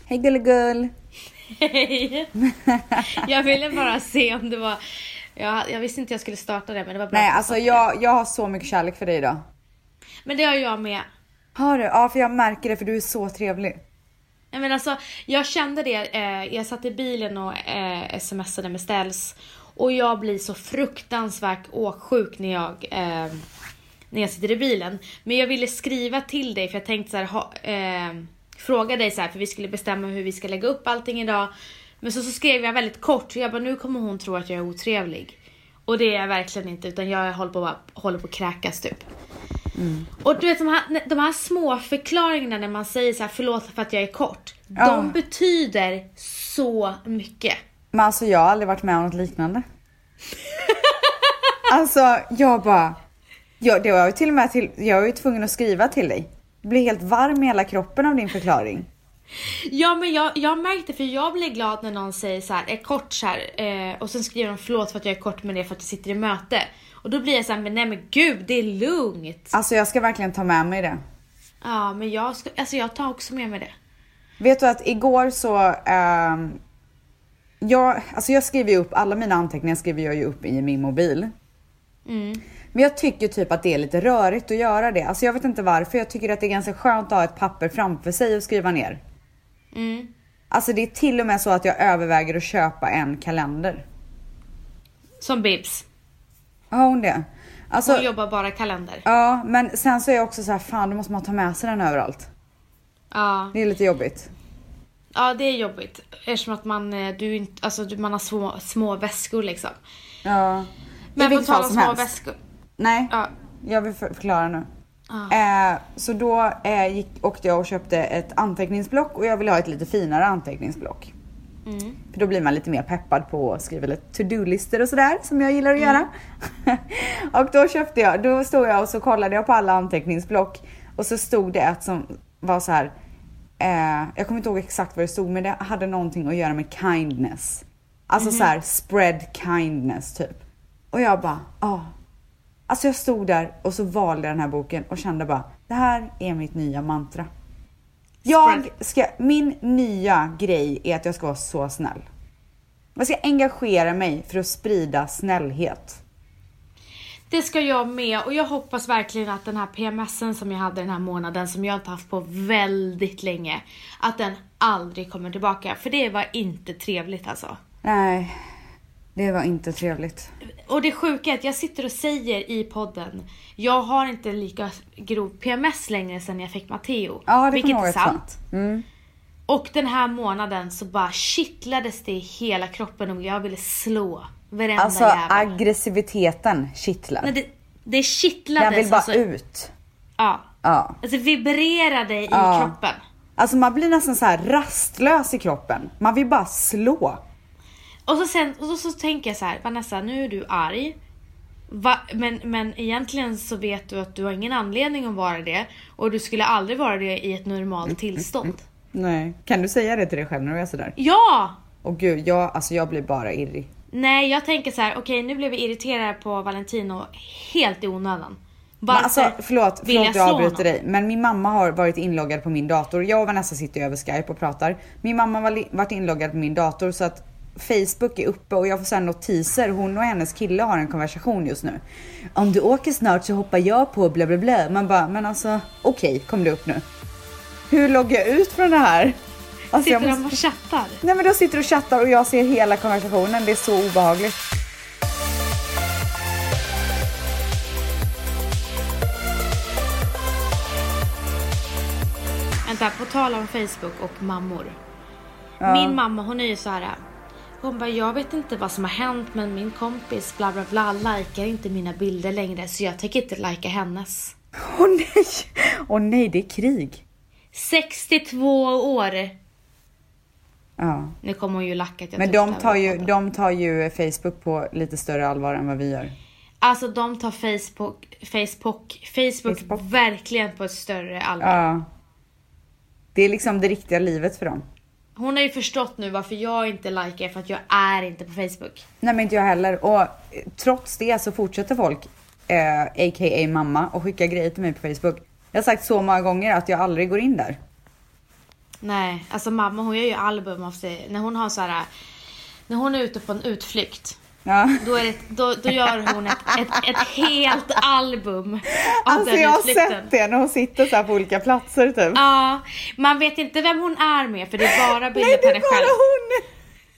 Hej gulligull. Hej. Jag ville bara se om det var... Jag visste inte jag skulle starta det, men det var bra. Nej, alltså jag har så mycket kärlek för dig idag. Men det har jag med. Har du? Ja, för jag märker det, för du är så trevlig. Men alltså, jag kände det. Jag satt i bilen och smsade med Ställs. Och jag blir så fruktansvärt åksjuk när jag sitter i bilen. Men jag ville skriva till dig, för jag tänkte så här... fråga dig så här, för vi skulle bestämma hur vi ska lägga upp allting idag. Men så skrev jag väldigt kort. Jag bara, nu kommer hon tro att jag är otrevlig. Och det är jag verkligen inte. Utan jag håller på att kräkas typ. Och du vet, de här små förklaringarna när man säger så här, förlåt för att jag är kort. De betyder så mycket. Men alltså jag har aldrig varit med om något liknande. Alltså jag bara... det var ju till och med jag var ju tvungen att skriva till dig. Jag blir helt varm i hela kroppen av din förklaring. Ja, men jag märkte, för jag blir glad när någon säger så här, är kort så här, och sen skriver de förlåt för att jag är kort, men det är för att jag sitter i möte. Och då blir jag så här, men nej men gud, det är lugnt. Alltså jag ska verkligen ta med mig det. Ja, men jag tar också med mig det. Vet du att igår så... jag skriver ju upp, alla mina anteckningar skriver jag ju upp i min mobil. Men jag tycker typ att det är lite rörigt att göra det. Alltså jag vet inte varför. Jag tycker att det är ganska skönt att ha ett papper framför sig och skriva ner. Alltså det är till och med så att jag överväger att köpa en kalender. Som Bibs. Ja, hon det. Alltså, hon jobbar bara kalender. Ja, men sen så är jag också så här, fan, då måste man ta med sig den överallt. Ja. Det är lite jobbigt. Ja, det är jobbigt. Eftersom att man har små väskor liksom. Ja. Men på tal om små väskor. Nej, jag vill förklara nu. Så då åkte jag och köpte ett anteckningsblock. Och jag ville ha ett lite finare anteckningsblock. För då blir man lite mer peppad på att skriva lite to-do-lister och sådär, som jag gillar att göra. Och då stod jag och så kollade jag på alla anteckningsblock. Och så stod det ett som var så här... jag kommer inte ihåg exakt vad det stod, men det hade någonting att göra med kindness. Alltså så här, spread kindness typ. Och jag bara, Alltså jag stod där och så valde jag den här boken och kände bara, det här är mitt nya mantra. Min nya grej är att jag ska vara så snäll. Jag ska engagera mig för att sprida snällhet. Det ska jag med, och jag hoppas verkligen att den här PMSen som jag hade den här månaden, som jag inte haft på väldigt länge, att den aldrig kommer tillbaka. För det var inte trevligt alltså. Nej, det var inte trevligt. Och det sjuka är att jag sitter och säger i podden, jag har inte lika grov PMS längre sedan jag fick Matteo. Ja, det vilket är sant. Och den här månaden så bara kittlades det i hela kroppen och jag ville slå varenda alltså jävel. Aggressiviteten kittlar. Nej, det kittlades. Jag vill bara ut. Ja. Alltså vibrerade i kroppen. Alltså man blir nästan så här rastlös i kroppen. Man vill bara slå. Och så tänker jag så här, Vanessa, nu är du arg. Men egentligen så vet du att du har ingen anledning att vara det. Och du skulle aldrig vara det i ett normalt tillstånd. Nej. Kan du säga det till dig själv när du är sådär? Ja! Och gud, jag blir bara irrig. Nej, jag tänker så här, okej, nu blev vi irriterade på Valentino helt i onödan. Varför alltså, förlåt jag avbryter dig. honom? Men min mamma har varit inloggad på min dator. Jag och Vanessa sitter över Skype och pratar. Min mamma har varit inloggad på min dator, så att Facebook är uppe och jag får sen notiser. Hon och hennes kille har en konversation just nu. Om du åker snart så hoppar jag på bla bla bla. Man bara, men alltså okej, kom det upp nu. Hur loggar jag ut från det här? Alltså, sitter de och chattar? Nej, men då sitter du och chattar och jag ser hela konversationen. Det är så obehagligt. Vänta, på tal om Facebook och mammor. Min mamma, hon är ju så här. Hon bara, jag vet inte vad som har hänt, men min kompis bla bla bla likar inte mina bilder längre, så jag tänker inte lika hennes. Åh nej, det är krig. 62 år. Ja. Nu kommer hon ju lacka. Men de tar ju Facebook på lite större allvar än vad vi gör. Alltså de tar Facebook verkligen på ett större allvar. Ja. Det är liksom det riktiga livet för dem. Hon har ju förstått nu varför jag inte likar, för att jag är inte på Facebook. Nej, men inte jag heller. Och trots det så fortsätter folk, a.k.a. mamma, och skicka grejer till mig på Facebook. Jag har sagt så många gånger att jag aldrig går in där. Nej, alltså mamma hon gör ju album av sig. När hon har så här, när hon är ute på en utflykt. Ja. Då gör hon ett helt album av alltså den jag har utflykten. sett det när hon sitter så här på olika platser typ. Ja, man vet inte vem hon är med för det är bara bilder Nej, på det är henne själv. bara hon.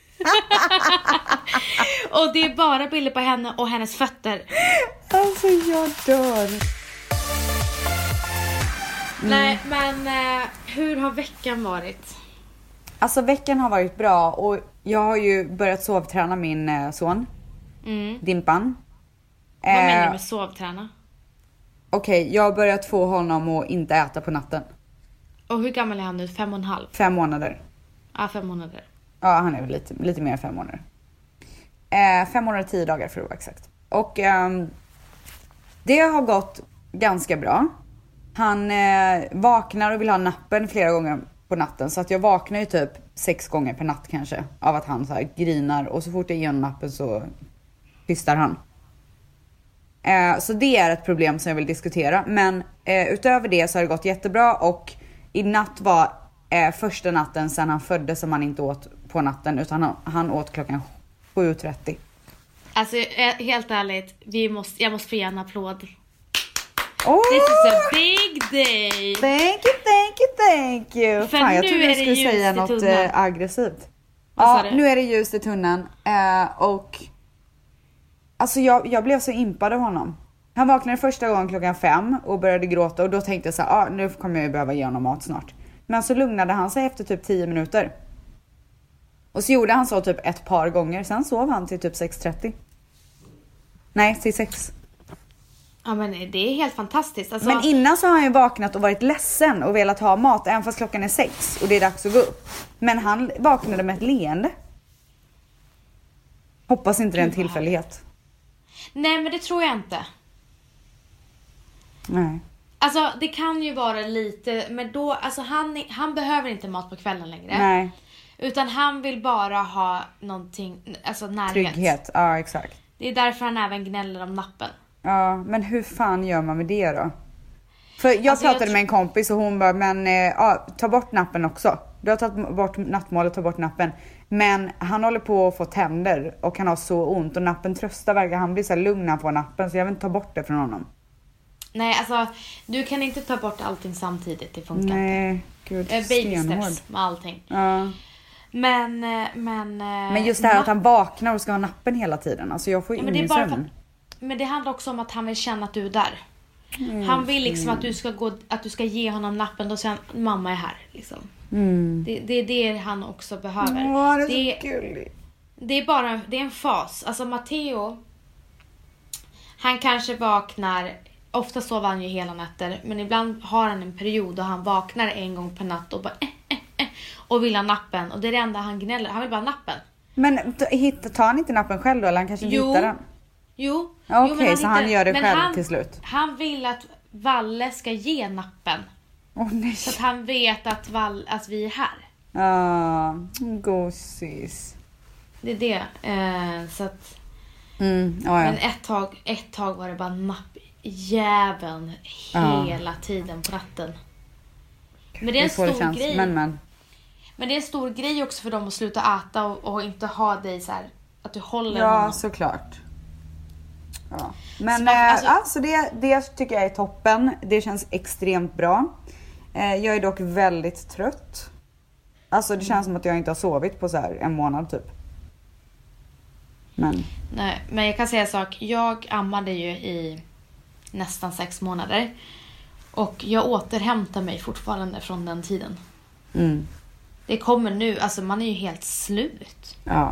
Och det är bara bilder på henne och hennes fötter. Alltså jag dör. Nej, men hur har veckan varit? Alltså veckan har varit bra och jag har ju börjat sovträna min son. Dimpan. Vad menar du med sovträna? Okej, jag har börjat få honom att inte äta på natten. Och hur gammal är han nu? 5,5? 5 månader. Ja, 5 månader. Ja, han är väl lite mer än 5 månader. 5 månader och 10 dagar för att vara exakt. Och det har gått ganska bra. Han vaknar och vill ha nappen flera gånger på natten. Så att jag vaknar ju typ 6 gånger per natt kanske. Av att han så här grinar. Och så fort jag ger honom nappen så tystar han. Så det är ett problem som jag vill diskutera. Men utöver det så har det gått jättebra. Och i natt var första natten sedan han föddes som han inte åt på natten. Utan han åt klockan 7:30. Alltså helt ärligt, jag måste få ge en applåd. Oh! This is a big day. Thank you. För Fan, jag nu trodde är du det skulle ljust säga i något tunneln. aggressivt. Vad sa Ja, du? nu är det ljust i tunneln. Och alltså jag blev så impad av honom. Han vaknade första gången klockan 5 och började gråta. Och då tänkte jag så här, nu kommer jag ju behöva ge honom mat snart. Men så lugnade han sig efter typ 10 minuter. Och så gjorde han så typ ett par gånger. Sen sov han till typ 6:30. Nej, till 6. Ja, men det är helt fantastiskt. Alltså, Men innan så har han ju vaknat och varit ledsen och velat ha mat. Även fast klockan är 6 och det är dags att gå upp. Men han vaknade med ett leende. Hoppas inte det är en tillfällighet. nej, men det tror jag inte. Nej. Alltså det kan ju vara lite, men då, alltså han behöver inte mat på kvällen längre. Nej. Utan han vill bara ha någonting, alltså närhet. Trygghet, ja exakt. Det är därför han även gnäller om nappen. Ja, men hur fan gör man med det då? För jag Alltså, pratade med en kompis och hon bara, men ta bort nappen också. Du har tagit bort nattmålet, ta bort nappen. Men han håller på att få tänder och han har så ont och nappen tröstar verkligen. Han blir så här lugn när han får nappen så jag vill inte ta bort det från honom. Nej, alltså du kan inte ta bort allting samtidigt, det funkar inte. Nej, gud, Baby stenhård. steps med allting. Ja. Men just det här att han vaknar och ska ha nappen hela tiden. Alltså jag får ju men det är ingen bara sömn. men det handlar också om att han vill känna att du är där. Han vill liksom att du ska ge honom nappen och säga mamma är här liksom. Det är det han också behöver. Åh, det är så gulligt. Det är en fas. Alltså Matteo, han kanske vaknar, ofta sover han ju hela nätter, men ibland har han en period då han vaknar en gång per natt och bara och vill ha nappen, och det är det enda han gnäller. Han vill bara ha nappen. Men tar han inte nappen själv då? Eller han kanske hittar den? Jo. Okej, så han gör det själv till slut. Han vill att Valle ska ge nappen. Nej. Så att han vet att vi är här. Ja, gosis. Det är det. Så att, Ja. men ett tag var det bara nappjäveln hela tiden på natten. Men det är en stor grej. Men det är en stor grej också för dem att sluta äta och inte ha dig så här, att du håller honom. Ja, såklart. Ja. Men så det tycker jag är toppen. Det känns extremt bra. Jag är dock väldigt trött. Alltså det känns som att jag inte har sovit på så här en månad typ. Nej, men jag kan säga en sak. Jag ammade ju i nästan 6 månader. Och jag återhämtar mig fortfarande från den tiden. Det kommer nu, alltså man är ju helt slut. Ja.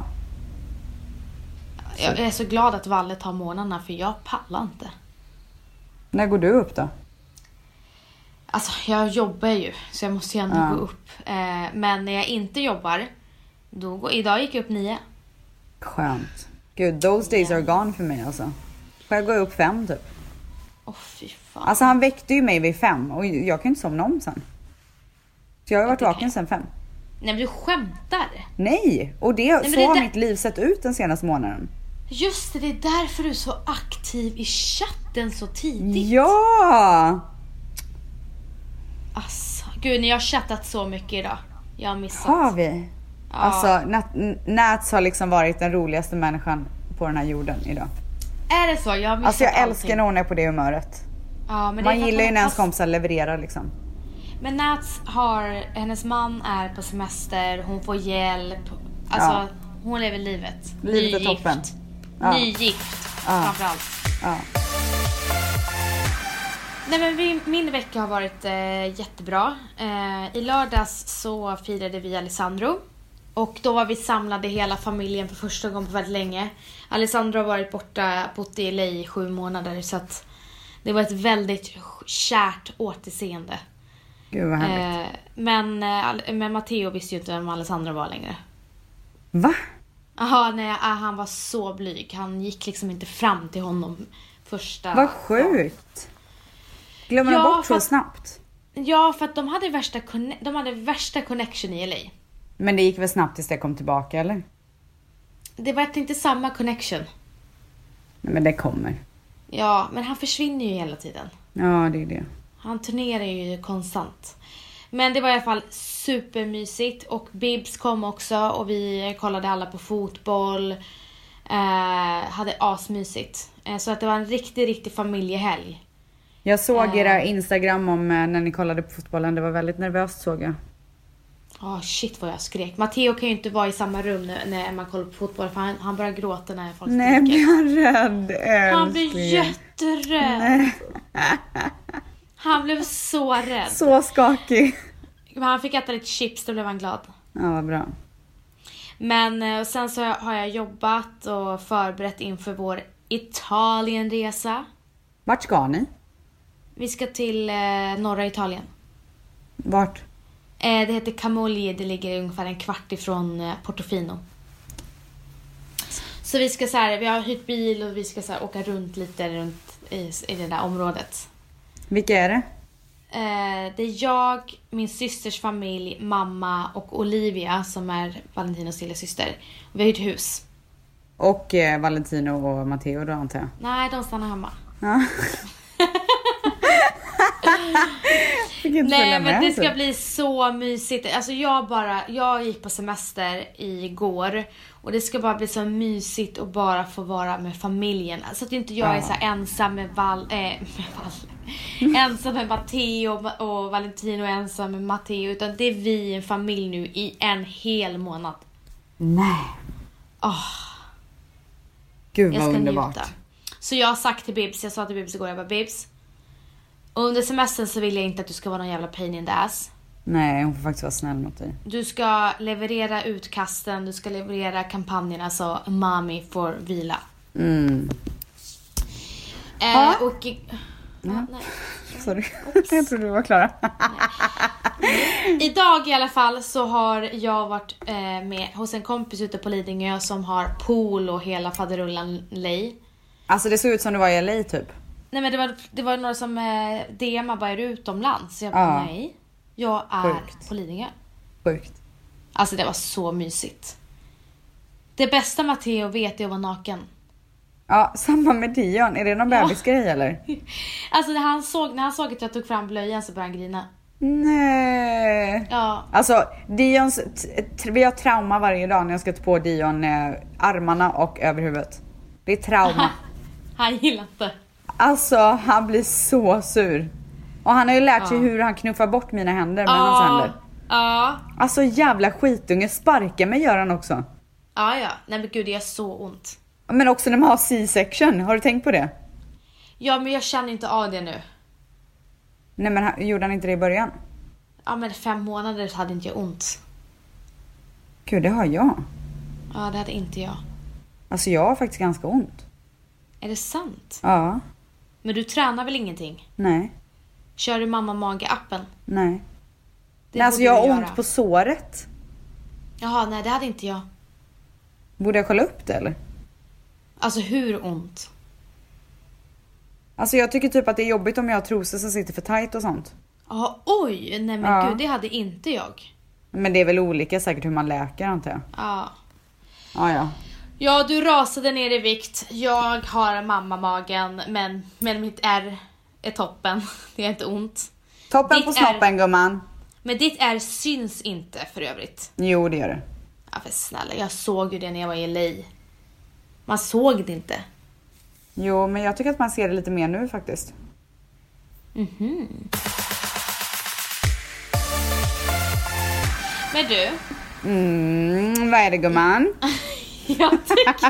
Jag är så glad att Valle tar månaderna, för jag pallar inte. När går du upp då? Alltså jag jobbar ju, så jag måste ju ändå gå upp. Men när jag inte jobbar, idag gick jag upp 9. Skönt. Gud, those days are gone för mig alltså. Jag går upp 5 typ. Fy fan. Alltså han väckte ju mig vid 5 och jag kan inte somna om sen. Så jag har varit vaken sen 5. Nej, men du skämtar. Nej, och så har mitt liv sett ut den senaste månaden. Just det, det är därför du är så aktiv i chatten så tidigt. Ja! Alltså, gud, ni har chattat så mycket idag. Jag har missat. Har vi? Ja. Alltså Nats har liksom varit den roligaste människan på den här jorden idag. Är det så? Jag har missat alltså jag allting. älskar när hon är på det humöret. Ja, men man gillar ju när ens kompisar levererar liksom. Men Nats hennes man är på semester, hon får hjälp. Alltså hon lever livet. Livet är toppen. Nygift framförallt. Ja. Nej, men min vecka har varit jättebra. I lördags så firade vi Alessandro. Och då var vi samlade hela familjen för första gången på väldigt länge. Alessandro har varit bott i LA i 7 månader. Så att det var ett väldigt kärt återseende. Gud vad härligt. Men Matteo visste ju inte vem Alessandro var längre. Va? Jaha, nej, han var så blyg. Han gick liksom inte fram till honom första. Vad sjukt. Glömmer de bort så snabbt? Ja, för att de hade värsta connection i LA. Men det gick väl snabbt tills det kom tillbaka, eller? Det var inte samma connection. Nej, men det kommer. Ja, men han försvinner ju hela tiden. Ja, det är det. Han turnerar ju konstant. Men det var i alla fall supermysigt. Och Bibs kom också. Och vi kollade alla på fotboll. Hade asmysigt. Så att det var en riktig familjehelg. Jag såg era Instagram om när ni kollade på fotbollen. Det var väldigt nervöst, såg jag. Shit vad jag skrek. Matteo kan ju inte vara i samma rum när man kollar på fotboll. För han börjar gråta när folk skriker. Nej, blir han rädd? Han blir jätterädd. Han blev så rädd. Så skakig. Men han fick äta lite chips, då blev han glad. Ja, vad bra. Men sen så har jag jobbat och förberett inför vår Italienresa. Vart ska ni? Vi ska till norra Italien. Vart? Det heter Camogli, det ligger ungefär en kvart ifrån Portofino. Så vi ska vi har hyrt bil och vi ska åka runt lite runt i det där området. Vilka är det? Det är jag, min systers familj, mamma och Olivia som är Valentinos lilla syster. Vi har hyrt hus. Och Valentino och Matteo då, antar jag? Nej, de stannar hemma. Ja. Nej, men det ska bli så mysigt. Alltså jag gick på semester igår. Och det ska bara bli så mysigt och bara få vara med familjen. Så att inte jag är så här ensam med ensam med Matteo och Valentino och ensam med Matteo. Utan det är vi en familj nu i en hel månad. Nej. Gud vad underbart. Njuta. Så jag har sagt till Bibs, jag sa till Bibs igår, jag bara Bibs, under semestern så vill jag inte att du ska vara någon jävla pain in the ass. Nej, hon får faktiskt vara snäll mot dig. Du ska leverera utkasten, du ska leverera kampanjerna så mommy får vila. Och... nej. Sorry, jag trodde du var klara. Idag i alla fall så har jag varit med hos en kompis ute på Lidingö som har pool och hela faderullan lej. Alltså det såg ut som det var i LA typ. Nej, men det var några som DM:ade bara utomlands. Så jag bara, nej. Jag är på Lidingö. Sjukt. Alltså det var så mysigt. Det bästa Matteo vet är att vara naken. Ja, samma med Dion. Är det någon bebisgrej eller? Alltså när han såg att jag tog fram blöjan så började han grina. Nej. Ja. Alltså Dions, vi har trauma varje dag när jag ska ta på Dion armarna och över huvudet. Det är trauma. Han gillar inte. Alltså han blir så sur. Och han har ju lärt sig hur han knuffar bort mina händer med hans händer. Ja. Alltså jävla skitunge, sparka mig gör han också. Ja. Nej men gud, det gör så ont. Men också när man har C-section, har du tänkt på det? Ja, men jag känner inte av det nu. Nej, men gjorde han inte det i början? Ja, men 5 månader hade inte jag ont. Gud, det har jag. Ja, det hade inte jag. Alltså jag har faktiskt ganska ont. Är det sant? Ja. Men du tränar väl ingenting? Nej. Kör du mamma mage-appen? Nej. Nej, alltså jag har ont på såret. Jaha, nej det hade inte jag. Borde jag kolla upp det eller? Alltså hur ont? Alltså jag tycker typ att det är jobbigt om jag har trosor som sitter för tight och sånt. Ja, oj, nej men gud, det hade inte jag. Men det är väl olika säkert hur man läker, antar jag. Ja. Ja. Ja, du rasade ner i vikt. Jag har mammamagen, men mitt R är toppen. Det är inte ont. Toppen på snoppen, gumman. Men ditt R syns inte för övrigt. Jo, det gör det. Ja, för snälla, jag såg ju det när jag var i LA. Man såg det inte. Jo, men jag tycker att man ser det lite mer nu faktiskt. Men du? Vad är det, gumman? Jag tycker...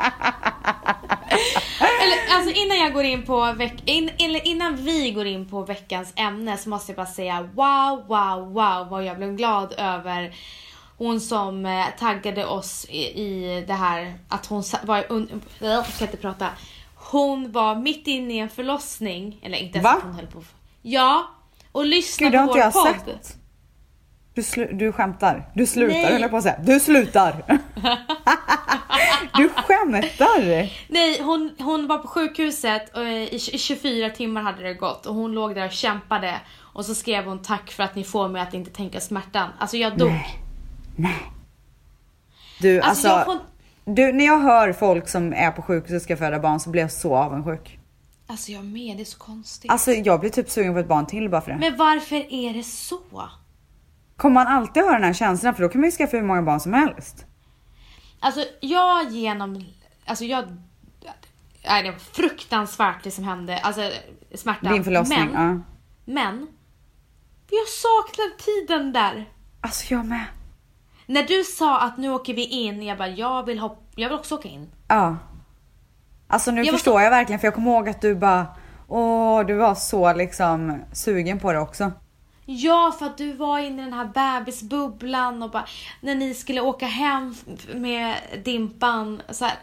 Eller, alltså innan jag går in på innan vi går in på veckans ämne så måste jag bara säga wow vad jag blev glad över hon som taggade oss i det här att hon var jag kan inte prata. Hon var mitt inne i en förlossning eller inte ens att hon höll på. Ja, och lyssnade på vår podd. Du skämtar. Du slutar, höll jag på att säga. Du slutar. Du skämtar. Nej, hon var på sjukhuset och i 24 timmar hade det gått. Och hon låg där och kämpade. Och så skrev hon tack för att ni får mig att inte tänka smärtan. Alltså jag dog. Nej. Du, alltså när jag hör folk som är på sjukhus och ska föda barn så blir jag så avundsjuk. Alltså jag med, det är så konstigt. Alltså jag blir typ sugen på ett barn till bara för det. Men varför är det så? Kommer man alltid ha den här känslan? För då kan man ju skaffa hur många barn som helst. Alltså det var fruktansvärt det som hände. Alltså smärtan. Din förlossning, men jag saknar tiden där. Alltså jag med. När du sa att nu åker vi in, jag bara jag vill också åka in. Ja. Alltså nu förstår jag verkligen, för jag kommer ihåg att du bara du var så liksom sugen på det också. Ja, för att du var inne i den här bebisbubblan och bara när ni skulle åka hem med Dimpan så här.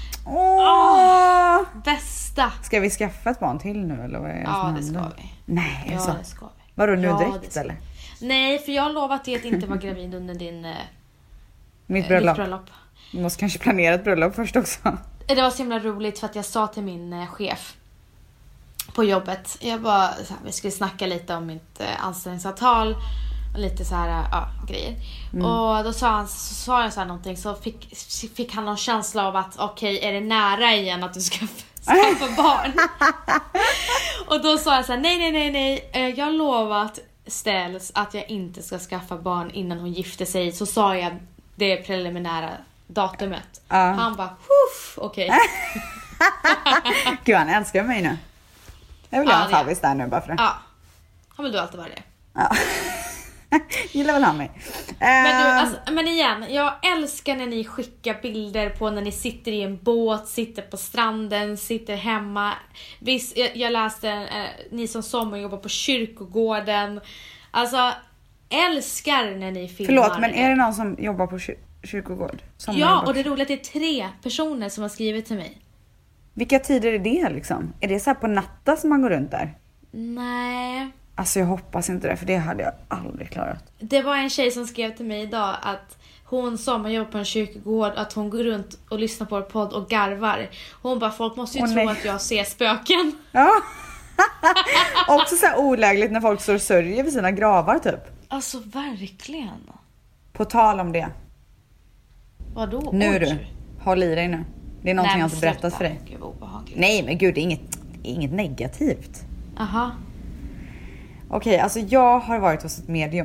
Bästa. Ska vi skaffa ett barn till nu eller vad är det som händer? Det ska vi. Nej, ja, så. Det ska vi. Vadå nu direkt eller? Nej, för jag har lovat dig att inte vara gravid under mitt bröllop. Vi måste kanske planera ett bröllop först också. Det var så himla roligt för att jag sa till min chef på jobbet. Jag bara vi skulle snacka lite om mitt anställningsavtal och lite så här grejer. Och då sa jag så här någonting så fick han någon känsla av att okej, är det nära igen att du ska skaffa barn? Och då sa jag så här nej. Jag har lovat Ställs att jag inte ska skaffa barn innan hon gifter sig. Så sa jag det preliminära datumet. Han bara okej. Gud, han älskar mig nu. Jag vill ha en favvis där nu bara för det. Ja, han vill du alltid vara det. Ja. Gillar väl han mig. Men igen, jag älskar när ni skickar bilder på när ni sitter i en båt, sitter på stranden, sitter hemma. Visst, jag läste ni som sommarjobbar på kyrkogården. Alltså, älskar när ni filmar. Förlåt, men är det någon som jobbar på kyrkogård? Ja, och det roliga är att det är 3 personer som har skrivit till mig. Vilka tider är det liksom? Är det så här på natta som man går runt där? Nej. Alltså jag hoppas inte det, för det hade jag aldrig klarat. Det var en tjej som skrev till mig idag att hon sommarjobbar på en kyrkogård, att hon går runt och lyssnar på vår podd och garvar. Hon bara, folk måste ju tro att jag ser spöken. Ja. Också så här olägligt när folk står och sörjer vid sina gravar typ. Alltså verkligen. På tal om det. Vadå? Nu du, håll i dig nu. Det är någonting jag inte berättat för dig. Gud, nej men gud, det är inget negativt. Aha. Okej, alltså jag har varit hos ett medium.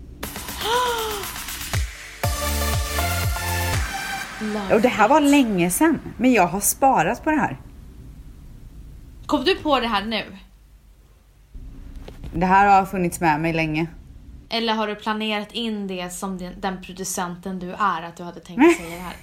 Och det här var länge sedan. Men jag har sparat på det här. Kom du på det här nu? Det här har funnits med mig länge. Eller har du planerat in det som den producenten du är, att du hade tänkt säga det här?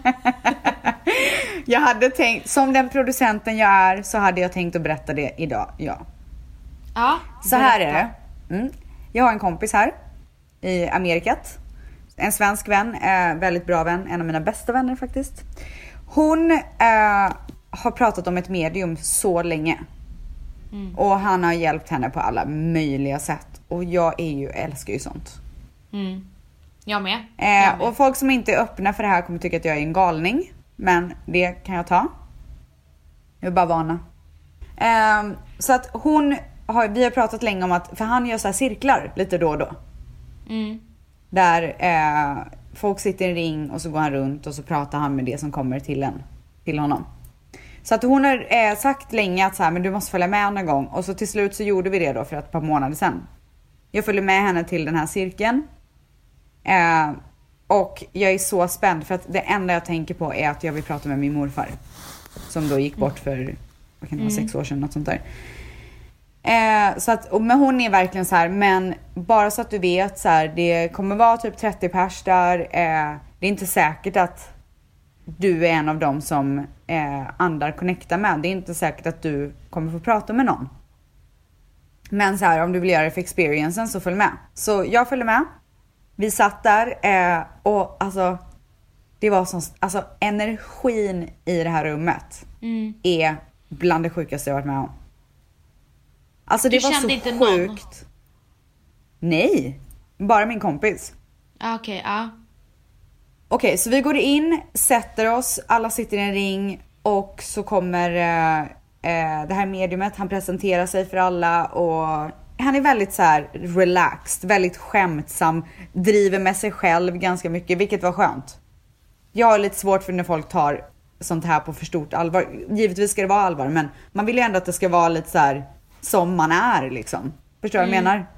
Jag hade tänkt, som den producenten jag är, så hade jag tänkt att berätta det idag, ja. Ja, så här är det. Jag har en kompis här i Amerikat. En svensk vän, väldigt bra vän, en av mina bästa vänner faktiskt. Hon har pratat om ett medium så länge. Och han har hjälpt henne på alla möjliga sätt. Och jag älskar ju sånt. Jag med. Och folk som inte är öppna för det här kommer tycka att jag är en galning. Men det kan jag ta. Jag vill bara varna. Så att vi har pratat länge om att, för han gör så här cirklar lite då och då. Där folk sitter i en ring och så går han runt och så pratar han med det som kommer till honom. Så att hon har sagt länge att så här, men du måste följa med någon gång. Och så till slut så gjorde vi det då för ett par månader sedan. Jag följer med henne till den här cirkeln. Och jag är så spänd för att det enda jag tänker på är att jag vill prata med min morfar. Som då gick bort för, vad kan det vara, 6 år sedan, något sånt där. Så att, men hon är verkligen så här, men bara så att du vet så här, det kommer vara typ 30 pers där. Det är inte säkert att du är en av dem som andar connectar med. Det är inte säkert att du kommer få prata med någon. Men så här, om du vill göra det för experiencen så följ med. Så jag följde med. Vi satt där och alltså det var som, alltså energin i det här rummet är bland det sjukaste jag varit med om. Alltså det du var kände så inte sjukt. någon? Nej, bara min kompis. Okej, ja. Okej, så vi går in, sätter oss, alla sitter i en ring och så kommer det här mediumet, han presenterar sig för alla och han är väldigt så här relaxed, väldigt skämtsam, driver med sig själv ganska mycket, vilket var skönt. Jag har lite svårt för när folk tar sånt här på för stort allvar. Givetvis ska det vara allvar, men man vill ju ändå att det ska vara lite så här som man är liksom. Förstår du vad jag menar?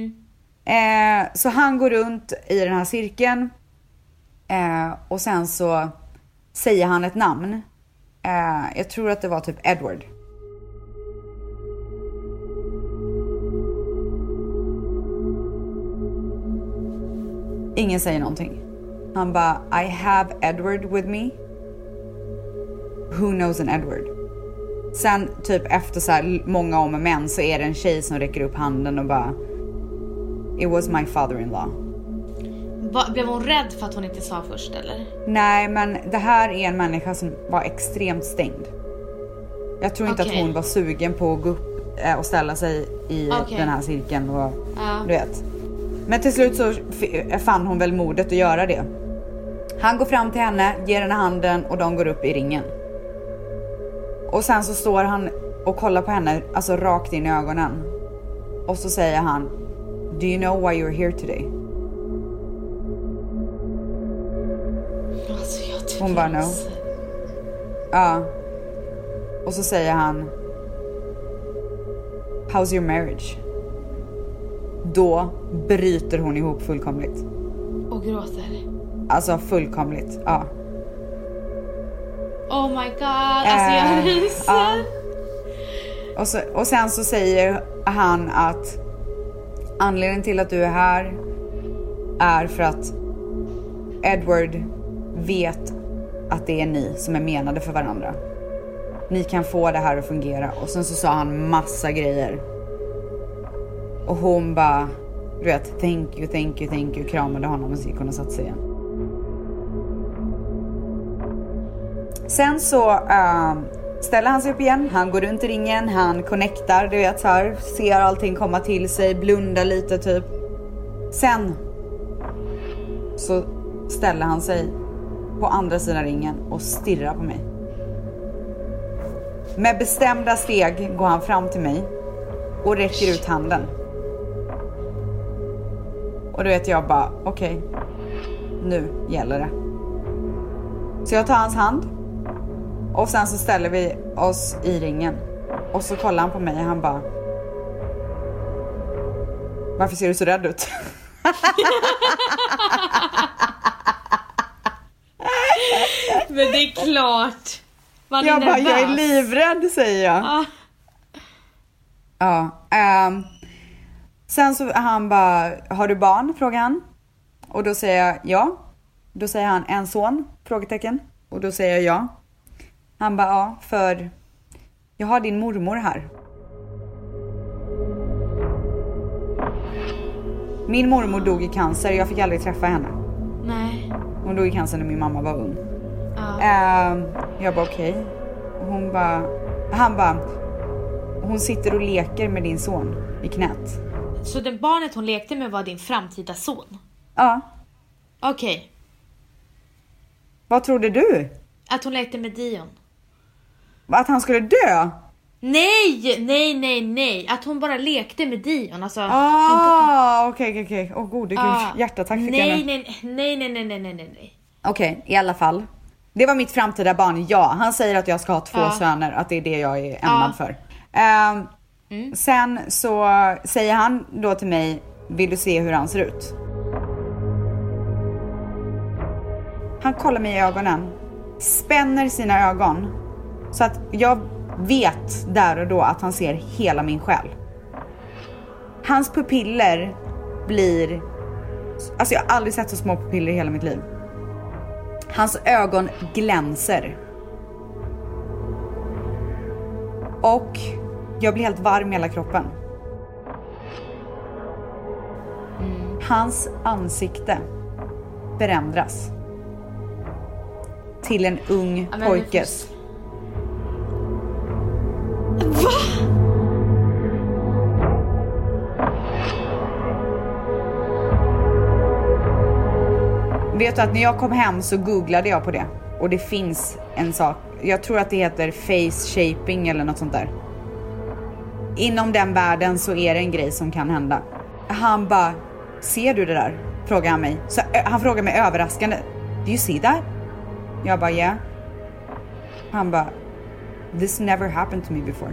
Så han går runt i den här cirkeln och sen så säger han ett namn. Jag tror att det var typ Edward. Ingen säger någonting. Han bara, I have Edward with me. Who knows an Edward? Sen typ efter så här många om och men så är det en tjej som räcker upp handen och bara, it was my father-in-law. Blev hon rädd för att hon inte sa först eller? Nej, men det här är en människa som var extremt stängd. Jag tror inte att hon var sugen på att gå upp och ställa sig i den här cirkeln och du vet. Men till slut så fann hon väl modet att göra det. Han går fram till henne, ger henne handen och de går upp i ringen. Och sen så står han och kollar på henne, alltså rakt in i ögonen. Och så säger han, do you know why you're here today? Alltså, hon bara no. Ja. Och så säger han, how's your marriage? Då bryter hon ihop fullkomligt. Och gråter. Alltså fullkomligt, ja. Oh my god, alltså jag ryser. Och sen så säger han att anledningen till att du är här är för att Edward vet att det är ni som är menade för varandra. Ni kan få det här att fungera. Och sen så sa han massa grejer. Och hon bara, du vet, thank you, kramade honom och så gick hon och satt sig igen. Sen så ställer han sig upp igen, han går runt i ringen, han connectar, du vet så här, ser allting komma till sig, blundar lite typ. Sen så ställer han sig på andra sidan ringen och stirrar på mig. Med bestämda steg går han fram till mig och räcker ut handen. Och då vet jag bara, okej, nu gäller det. Så jag tar hans hand. Och sen så ställer vi oss i ringen. Och så kollar han på mig och han bara, varför ser du så rädd ut? Men det är klart. Jag bara, jag är livrädd, säger jag. Ja. Sen så han bara, har du barn? Frågar han. Och då säger jag ja. Då säger han, en son? Frågetecken. Och då säger jag ja. Han bara, ja, för jag har din mormor här. Min mormor dog i cancer. Jag fick aldrig träffa henne. Nej. Hon dog i cancer när min mamma var ung. Jag bara okej. Han bara, hon sitter och leker med din son i knät. Så det barnet hon lekte med var din framtida son? Ja. Okej. Vad trodde du? Att hon lekte med Dion. Att han skulle dö? Nej. Att hon bara lekte med Dion. Alltså, okej. Åh gode gud, hjärtattack fick jag nu. Nej. Okej, i alla fall. Det var mitt framtida barn, ja. Han säger att jag ska ha 2 söner, att det är det jag är ämnad för. Sen så säger han då till mig, Vill du se hur han ser ut? Han kollar mig i ögonen. Spänner sina ögon. Så att jag vet där och då att han ser hela min själ. Hans pupiller blir... Alltså jag har aldrig sett så små pupiller i hela mitt liv. Hans ögon glänser. Och jag blir helt varm i hela kroppen. Hans ansikte förändras till en ung pojkes. Va? Vet du att när jag kom hem så googlade jag på det. Och det finns en sak. Jag tror att det heter face shaping eller något sånt där. Inom den världen så är det en grej som kan hända. Han bara, ser du det där? Frågar han mig. Så han frågar mig överraskande. Do you see that? Jag bara, yeah. Han bara, this never happened to me before.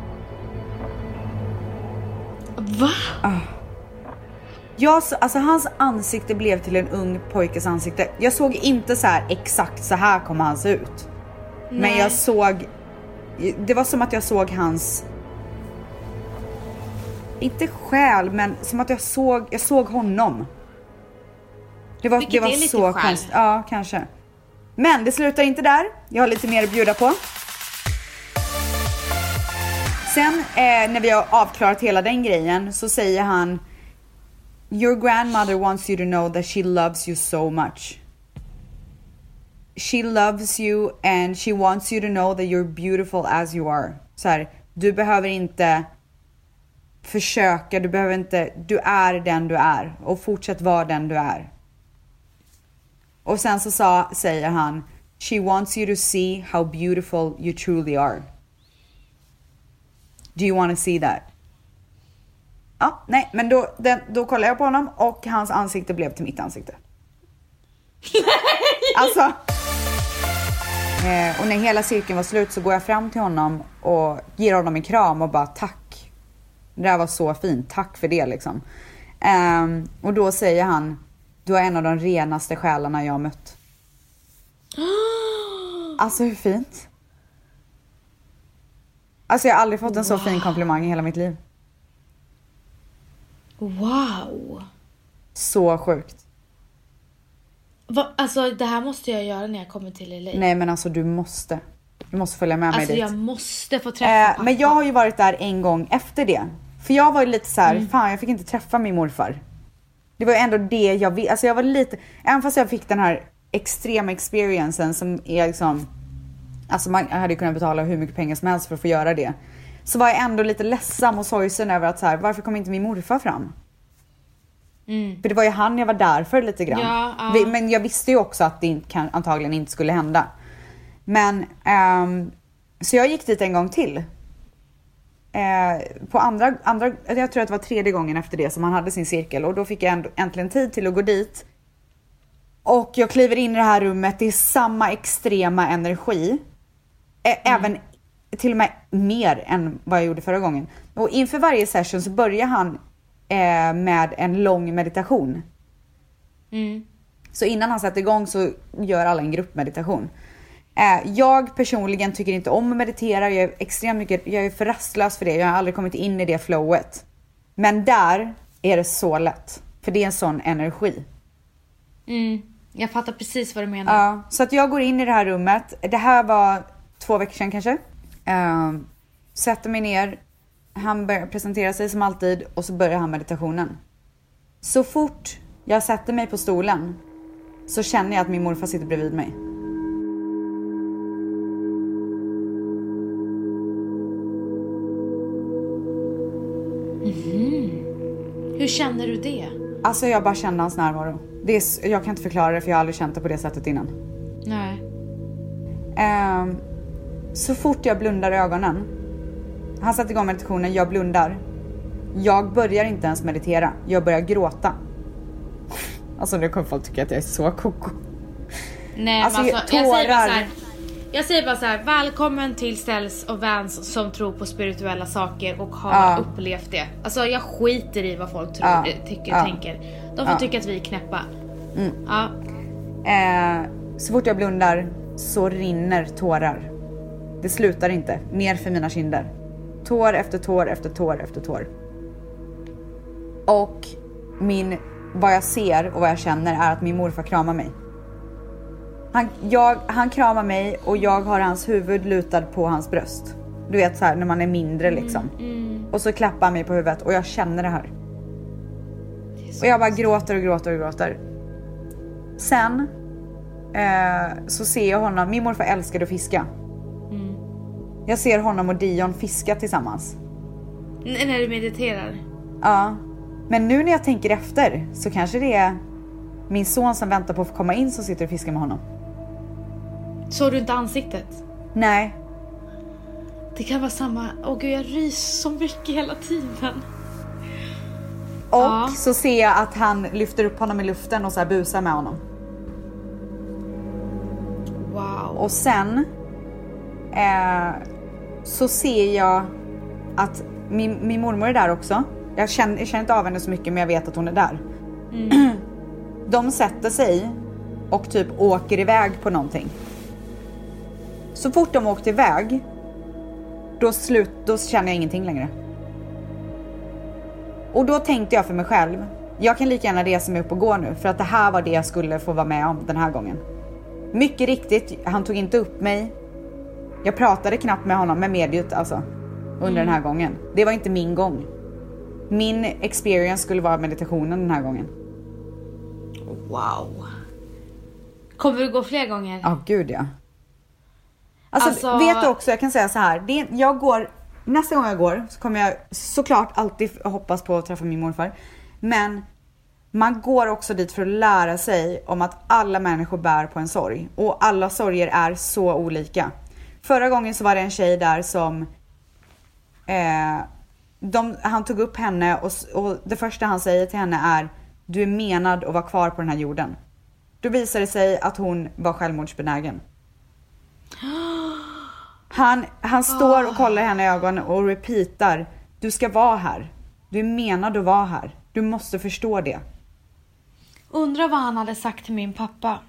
Va? Alltså hans ansikte blev till en ung pojkes ansikte. Jag såg inte så här exakt så här kommer han se ut. Nej. Men jag såg, det var som att jag såg hans, inte själ, men som att jag såg honom. Det var så konstigt. Ja, kanske. Men det slutar inte där. Jag har lite mer att bjuda på. Sen när vi har avklarat hela den grejen så säger han: Your grandmother wants you to know that she loves you so much. She loves you and she wants you to know that you're beautiful as you are. Så här, du behöver inte försöka, du är den du är. Och fortsätt vara den du är. Och sen så säger han: She wants you to see how beautiful you truly are. Do you want to see that? Ja, nej, men då kollar jag på honom och hans ansikte blev till mitt ansikte. Alltså. Och när hela cirkeln var slut så går jag fram till honom och ger honom en kram och bara tack. Det där var så fint, tack för det liksom. Och då säger han: Du är en av de renaste själarna jag har mött. Alltså hur fint. Alltså jag har aldrig fått en så fin komplimang i hela mitt liv. Wow. Så sjukt. Alltså det här måste jag göra när jag kommer till LA. Nej men alltså du måste följa med mig dit. Alltså jag måste få träffa pappa. Men jag har ju varit där en gång efter det. För jag var ju lite så här, fan jag fick inte träffa min morfar. Det var ju ändå det jag vill. Alltså jag var lite, även fast jag fick den här extrema experiencen som är liksom, alltså man hade ju kunnat betala hur mycket pengar som helst för att få göra det. Så var jag ändå lite ledsam och sorgsen över att så här, varför kom inte min morfar fram? För det var ju han jag var där för lite grann. Ja. Men jag visste ju också att det antagligen inte skulle hända. Men så jag gick dit en gång till. På andra, jag tror att det var tredje gången efter det som han hade sin cirkel. Och då fick jag äntligen tid till att gå dit. Och jag kliver in i det här rummet. Det är samma extrema energi. Även till och med mer än vad jag gjorde förra gången. Och inför varje session så börjar han med en lång meditation. Så innan han sätter igång så gör alla en gruppmeditation. Jag personligen tycker inte om att meditera. Jag är för rastlös för det. Jag har aldrig kommit in i det flowet. Men där är det så lätt. För det är en sån energi. Jag fattar precis vad du menar. Ja, så att jag går in i det här rummet. Det här var 2 veckor sedan kanske. Sätter mig ner. Han börjar presentera sig som alltid. Och så börjar han meditationen. Så fort jag sätter mig på stolen så känner jag att min morfar sitter bredvid mig. Hur känner du det? Alltså jag bara känner hans närvaro. Jag kan inte förklara det för jag har aldrig känt det på det sättet innan. Nej. Så fort jag blundar ögonen. Han satte igång meditationen, jag blundar. Jag börjar inte ens meditera. Jag börjar gråta. Alltså nu kommer folk tycka att jag är så koko. Nej, alltså, men alltså jag säger bara så här, Jag säger bara så här: välkommen till Ställs och Vans som tror på spirituella saker och har upplevt det. Alltså jag skiter i vad folk tror, tycker och tänker. De får tycka att vi är knäppa. Så fort jag blundar så rinner tårar. Det slutar inte, ner för mina kinder. Tår efter tår efter tår efter tår. Och vad jag ser och vad jag känner är att min morfar kramar mig. Han kramar mig och jag har hans huvud lutad på hans bröst. Du vet så här när man är mindre liksom. Och så klappar han mig på huvudet och jag känner det här. Och jag bara gråter och gråter och gråter. Sen så ser jag honom. Min morfar älskade att fiska. Jag ser honom och Dion fiska tillsammans. När du mediterar? Ja. Men nu när jag tänker efter så kanske det är min son som väntar på att få komma in som sitter och fiskar med honom. Såg du inte ansiktet? Nej. Det kan vara samma. Gud, jag ryser så mycket hela tiden. Och så ser jag att han lyfter upp honom i luften och så här busar med honom. Wow. Och sen så ser jag att min mormor är där också. Jag känner inte av henne så mycket, men jag vet att hon är där. De sätter sig och typ åker iväg på någonting. Så fort de åkte iväg då känner jag ingenting längre. Och då tänkte jag för mig själv, jag kan lika gärna resa mig upp och gå nu, för att det här var det jag skulle få vara med om den här gången. Mycket riktigt, han tog inte upp mig. Jag pratade knappt med honom, med mediet alltså, under den här gången. Det var inte min gång. Min experience skulle vara meditationen den här gången. Wow. Kommer du gå fler gånger? Ja, gud ja. Alltså, vet du också, jag kan säga så här. Nästa gång jag går så kommer jag såklart alltid hoppas på att träffa min morfar. Men man går också dit för att lära sig om att alla människor bär på en sorg. Och alla sorger är så olika. Förra gången så var det en tjej där som han tog upp henne och det första han säger till henne är: du är menad att vara kvar på den här jorden. Då visar det sig att hon var självmordsbenägen. Han står och kollar henne i ögonen och repeatar: du ska vara här. Du är menad att vara här. Du måste förstå det. Undrar vad han hade sagt till min pappa.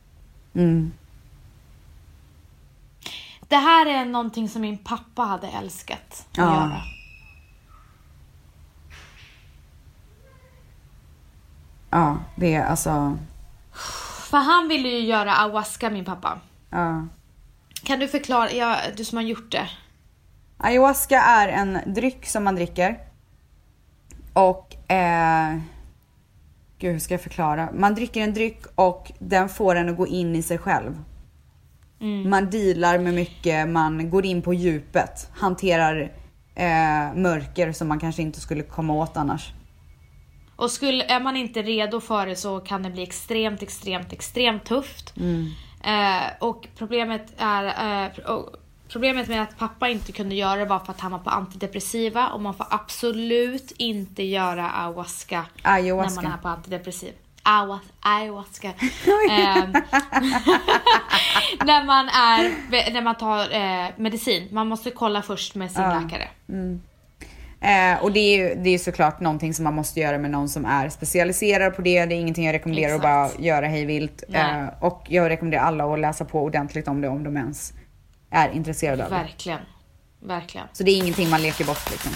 Det här är någonting som min pappa hade älskat att göra. Ja, det är alltså... För han ville ju göra ayahuasca, min pappa. Ja. Kan du förklara, du som har gjort det? Ayahuasca är en dryck som man dricker. Och gud, hur ska jag förklara? Man dricker en dryck och den får en att gå in i sig själv. Man dealar med mycket, man går in på djupet. Hanterar mörker som man kanske inte skulle komma åt annars. Och är man inte redo för det så kan det bli extremt tufft. Och problemet med att pappa inte kunde göra det var för att han var på antidepressiva. Och man får absolut inte göra ayahuasca när man är på antidepressiv. Ayahuasca. när man tar medicin. Man måste kolla först med sin läkare. Och det är såklart någonting som man måste göra med någon som är specialiserad på det. Det är ingenting jag rekommenderar att bara göra hejvilt. Och jag rekommenderar alla att läsa på ordentligt om det, om de ens är intresserade av det. Verkligen. Så det är ingenting man leker bort liksom.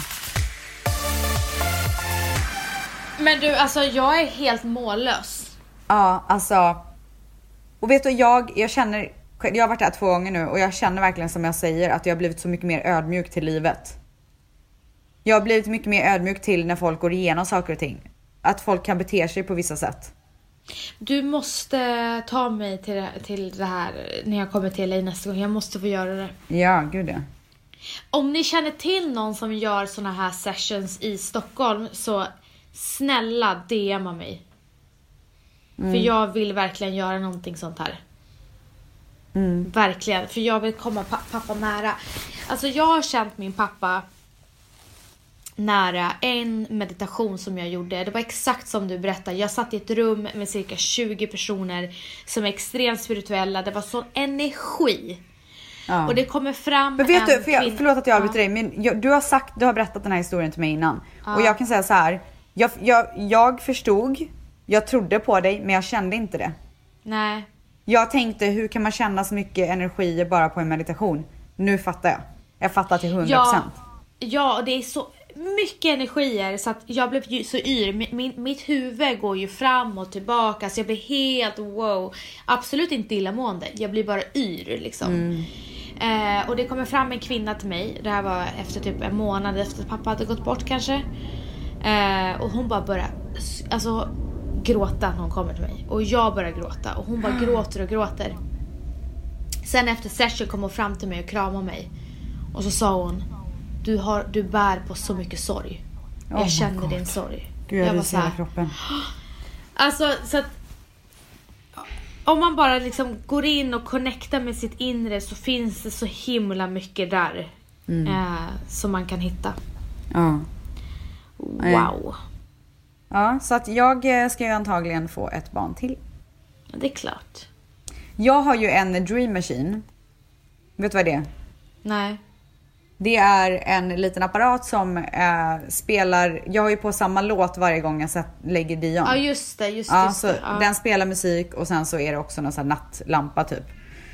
Men du, alltså jag är helt mållös. Ja, alltså. Och vet du, jag känner, jag har varit här 2 gånger nu och jag känner verkligen, som jag säger, att jag har blivit så mycket mer ödmjuk till livet. Jag har blivit mycket mer ödmjuk till när folk går igenom saker och ting. Att folk kan bete sig på vissa sätt. Du måste ta mig till det här när jag kommer till dig nästa gång. Jag måste få göra det. Ja, gud ja. Om ni känner till någon som gör såna här sessions i Stockholm, så snälla DMa mig. För jag vill verkligen göra någonting sånt här. Verkligen. För jag vill komma pappa nära. Alltså jag har känt min pappa nära en meditation som jag gjorde. Det var exakt som du berättade. Jag satt i ett rum med cirka 20 personer som är extremt spirituella. Det var sån energi. Ja. Och det kommer fram men vet du, förlåt att jag avbryter dig, men du har berättat den här historien till mig innan. Och jag kan säga så här, jag förstod, jag trodde på dig, men jag kände inte det. Nej. Jag tänkte, hur kan man känna så mycket energi bara på en meditation? Nu fattar jag. Jag fattar till 100%. Ja, och det är så mycket energier så att jag blev ju så yr. Mitt huvud går ju fram och tillbaka, så jag blir helt wow. Absolut inte illamående, jag blir bara yr liksom. Och det kommer fram en kvinna till mig. Det här var efter typ en månad efter att pappa hade gått bort kanske. Och hon bara börjar gråta när hon kommer till mig. Och jag börjar gråta. Och hon bara gråter och gråter. Sen efter session kom hon fram till mig och kramade mig. Och så sa hon, du bär på så mycket sorg. Jag känner din sorg. Gud, jag var så här, kroppen. Alltså, så att om man bara liksom går in och connectar med sitt inre, så finns det så himla mycket där som man kan hitta. Ja. Wow. Ja, så att jag ska ju antagligen få ett barn till. Det är klart. Jag har ju en dream machine. Vet du vad det är? Nej. Det är en liten apparat som spelar... Jag har ju på samma låt varje gång jag lägger Dion. Ja, just det. Så den spelar musik och sen så är det också någon sån här nattlampa typ.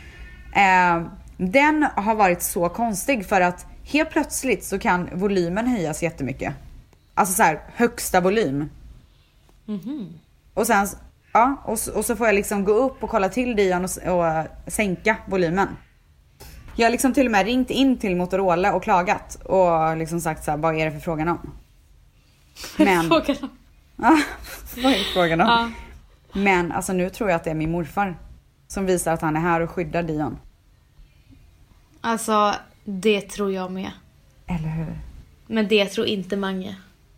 Den har varit så konstig för att helt plötsligt så kan volymen höjas jättemycket. Alltså så här, högsta volym. Och sen och så får jag liksom gå upp och kolla till Dion och sänka volymen. Jag har liksom till och med ringt in till Motorola och klagat och liksom sagt så här, vad är det för frågan om? Men vad är frågan om? Ja. Men alltså nu tror jag att det är min morfar som visar att han är här och skyddar Dion. Alltså, det tror jag med. Eller hur? Men det tror inte Mange.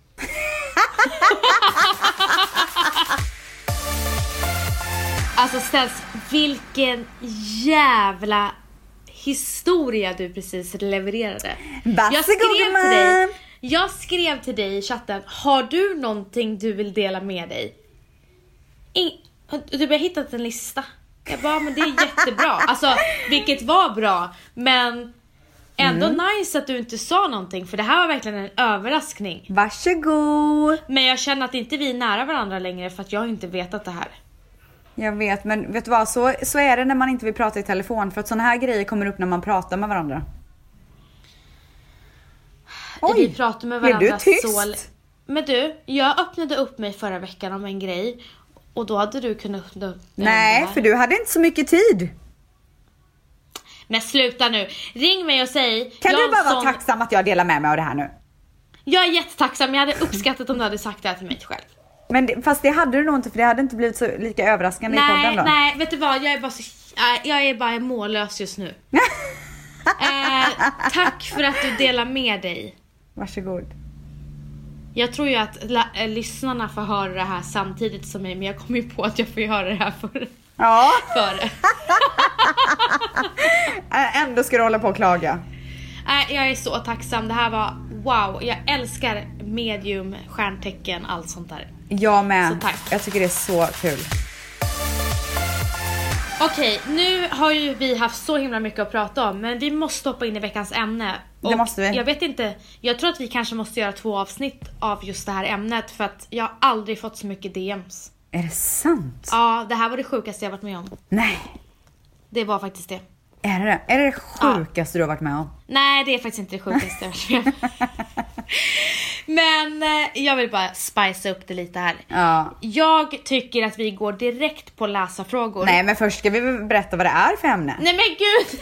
Alltså Stens, vilken jävla historia du precis levererade. Jag skrev till dig i chatten, har du någonting du vill dela med dig? Du har hittat en lista. Jag bara, men det är jättebra. Alltså, vilket var bra. Men ändå nice att du inte sa någonting. För det här var verkligen en överraskning. Varsågod. Men jag känner att inte vi är nära varandra längre, för att jag har inte vetat det här. Jag vet, men vet du vad? Så är det när man inte vill prata i telefon. För att såna här grejer kommer upp när man pratar med varandra. Oj, vi pratar med varandra. Blev du tyst? Men du, jag öppnade upp mig förra veckan om en grej. Och då hade du kunnat öppna upp. Nej, för du hade inte så mycket tid. Men sluta nu. Ring mig och säg. Kan du bara vara tacksam att jag delar med mig av det här nu? Jag är jättetacksam. Jag hade uppskattat om du hade sagt det här till mig själv. Men fast det hade du nog inte, för det hade inte blivit så lika överraskande i podden då. Nej, vet du vad? Jag är bara mållös just nu. Tack för att du delar med dig. Varsågod. Jag tror ju att lyssnarna får höra det här samtidigt som mig, men jag kommer ju på att jag får höra det här före. Ja. Ändå ska du hålla på och klaga. Jag är så tacksam. Det här var wow. Jag älskar medium, stjärntecken, allt sånt där. Jag med. Så tack. Jag tycker det är så kul. Okej, nu har ju vi haft så himla mycket att prata om, men vi måste hoppa in i veckans ämne. Och det måste vi. Jag vet inte, jag tror att vi kanske måste göra 2 avsnitt av just det här ämnet, för att jag har aldrig fått så mycket DMs. Är det sant? Ja, det här var det sjukaste jag varit med om. Nej. Det var faktiskt det. Är det sjukaste du har varit med om? Nej, det är faktiskt inte det sjukaste jag varit med om. Men jag vill bara spicea upp det lite här. Ja. Jag tycker att vi går direkt på läsarfrågor. Nej, men först ska vi berätta vad det är för ämne. Nej men gud.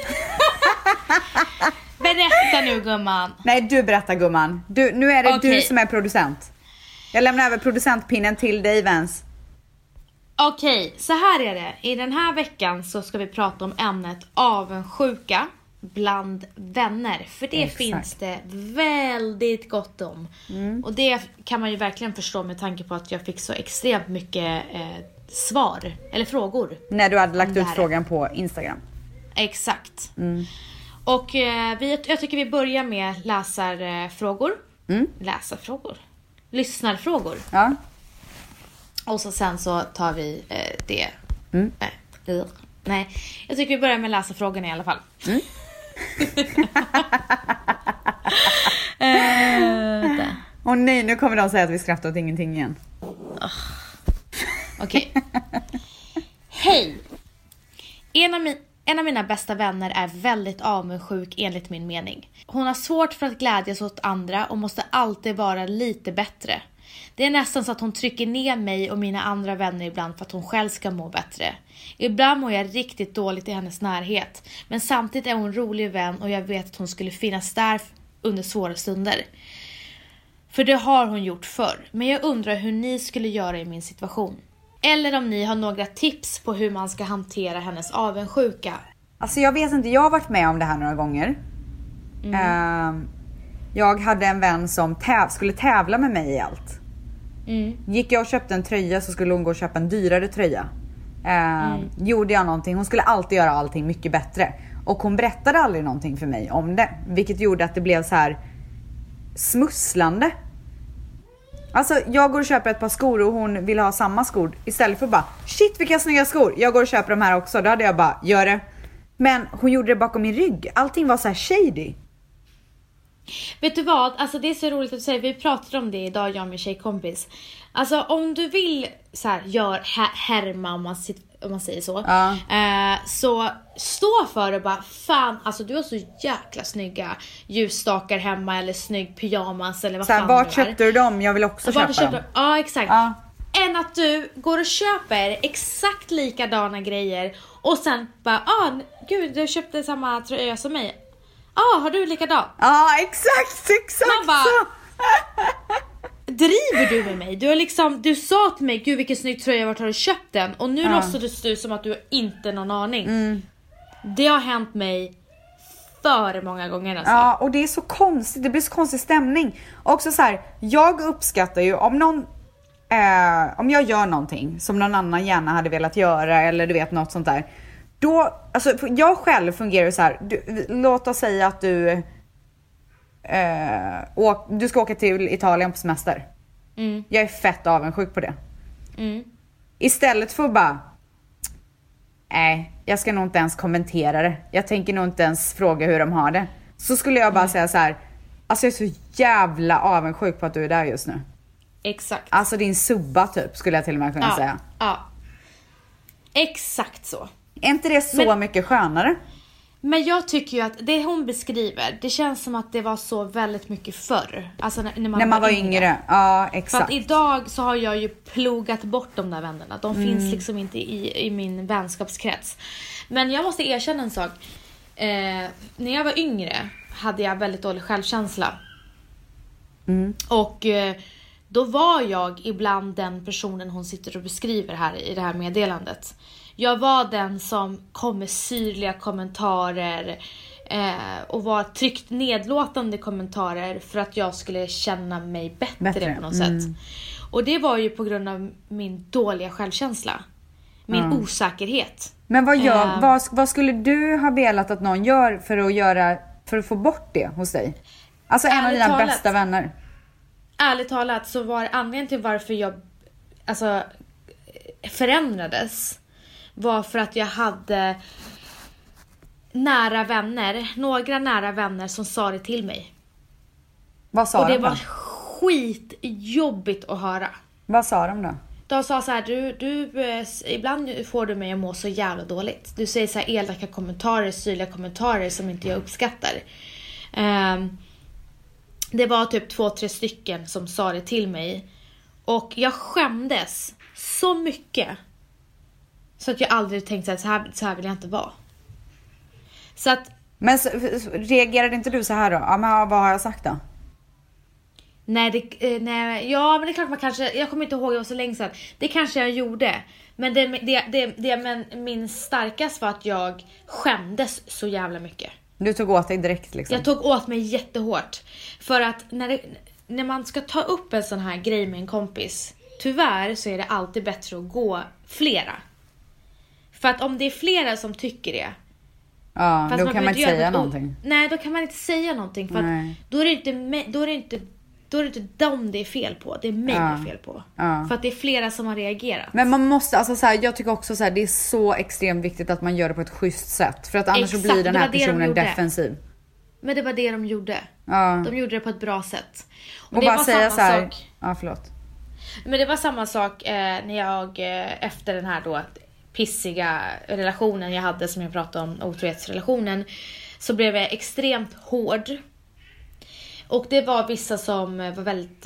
Berätta nu, gumman. Nej, du berättar, gumman. Nu är det du som är producent. Jag lämnar över producentpinnen till dig, Vens. Okej, så här är det. I den här veckan så ska vi prata om ämnet avundsjuka bland vänner. För det finns det väldigt gott om. Och det kan man ju verkligen förstå med tanke på att jag fick så extremt mycket svar eller frågor. När du hade lagt ut frågan på Instagram. Exakt. Och jag tycker vi börjar med läsarfrågor. Läsarfrågor. Lyssnarfrågor. Ja. Och sen så tar vi det. Nej, jag tycker vi börjar med läsarfrågorna i alla fall. Och nej, nu kommer de säga att vi skrattar åt ingenting igen. Okej. Hej! En av mina bästa vänner är väldigt avundsjuk enligt min mening. Hon har svårt för att glädjas åt andra och måste alltid vara lite bättre. Det är nästan så att hon trycker ner mig och mina andra vänner ibland för att hon själv ska må bättre. Ibland mår jag riktigt dåligt i hennes närhet. Men samtidigt är hon en rolig vän och jag vet att hon skulle finnas där under svåra stunder. För det har hon gjort förr. Men jag undrar hur ni skulle göra i min situation. Eller om ni har några tips på hur man ska hantera hennes avundsjuka. Alltså jag vet inte, jag har varit med om det här några gånger. Jag hade en vän som skulle tävla med mig i allt. Gick jag och köpte en tröja så skulle hon gå och köpa en dyrare tröja. Gjorde jag någonting, hon skulle alltid göra allting mycket bättre. Och hon berättade aldrig någonting för mig om det. Vilket gjorde att det blev så här smusslande. Alltså jag går och köper ett par skor och hon vill ha samma skor. Istället för bara, shit vilka snygga skor, jag går och köper de här också. Då hade jag bara, gör det. Men hon gjorde det bakom min rygg. Allting var så här shady. Vet du vad, alltså det är så roligt att säga. Vi pratade om det idag, jag och min tjejkompis. Alltså om du vill så här, härma om man säger så, så stå för det bara, fan, alltså du har så jäkla snygga ljusstakar hemma eller snygg pyjamas eller vad så här, fan vart köpte du dem? Jag vill också köpa dem. Ja, exakt. Än att du går och köper exakt likadana grejer och sen bara, gud, du köpte samma tröja som mig. Har du likadan? Ja, exakt man bara, så. Driver du med mig? Du sa till mig, gud vilken snygg tröja, vart har du köpt den? Och nu låtsades du som att du inte någon aning. Det har hänt mig för många gånger alltså. Ja, och det är så konstigt, det blir så konstig stämning. Och också så här, jag uppskattar ju om någon om jag gör någonting som någon annan gärna hade velat göra, eller du vet något sånt där. Då, alltså jag själv fungerar så här, låt oss säga att du ska åka till Italien på semester. Jag är fett avundsjuk på det. Istället för bara, jag ska nog inte ens kommentera det. Jag tänker nog inte ens fråga hur de har det. Så skulle jag bara säga så här, alltså jag är så jävla avundsjuk på att du är där just nu. Exakt. Alltså din subba typ, skulle jag till och med kunna säga. Ja. Exakt så. Är inte det så mycket skönare? Men jag tycker ju att det hon beskriver, det känns som att det var så väldigt mycket förr. Alltså när man var yngre. Ja, exakt. För att idag så har jag ju plogat bort de där vännerna. De finns liksom inte i min vänskapskrets. Men jag måste erkänna en sak. När jag var yngre hade jag väldigt dålig självkänsla. Och då var jag ibland den personen hon sitter och beskriver här i det här meddelandet. Jag var den som kom med syrliga kommentarer och var tryckt nedlåtande kommentarer för att jag skulle känna mig bättre. På något sätt. Och det var ju på grund av min dåliga självkänsla. Min osäkerhet. Men vad skulle du ha velat att någon gör för att få bort det hos dig? Alltså en av dina bästa vänner. Ärligt talat så var anledningen till varför jag förändrades var för att jag hade några nära vänner som sa det till mig. Vad sa de då? Och det var skitjobbigt att höra. Vad sa de då? De sa så här, du ibland får du mig att må så jävla dåligt. Du säger så här elaka kommentarer, syrliga kommentarer som inte jag uppskattar. Det var typ 2-3 stycken som sa det till mig. Och jag skämdes så mycket. Så att jag aldrig tänkte att så här vill jag inte vara. Så att, men reagerade inte du så här då? Ja, men vad har jag sagt då? Nej, ja, men det är klart man kanske, jag kommer inte ihåg, det var så länge sedan. Det kanske jag gjorde. Men min starkast var att jag skämdes så jävla mycket. Du tog åt dig direkt liksom? Jag tog åt mig jättehårt. För att när man ska ta upp en sån här grej med en kompis, tyvärr så är det alltid bättre att gå flera. För att om det är flera som tycker det, då kan man inte säga någonting. Nej, då kan man inte säga någonting. För att då är det inte dem det är fel på. Det är mig det är fel på. För att det är flera som har reagerat. Men man måste, alltså så här, jag tycker också så här, det är så extremt viktigt att man gör det på ett schysst sätt. För att annars så blir den här personen defensiv. Men det var det de gjorde. Ja. De gjorde det på ett bra sätt. Och det bara var säga samma så här. sak. Ja, förlåt. Men det var samma sak när jag efter den här då pissiga relationen jag hade, som jag pratade om, otrohetsrelationen, så blev jag extremt hård. Och det var vissa som var väldigt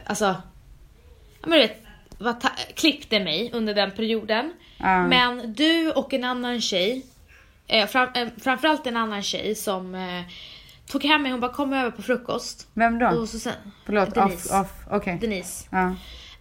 klippte mig under den perioden. Men du och en annan tjej, framförallt en annan tjej som tog hem mig, hon bara kom över på frukost. Vem då? Och så sen, Förlåt, Denise. Okay. Denise. Ja.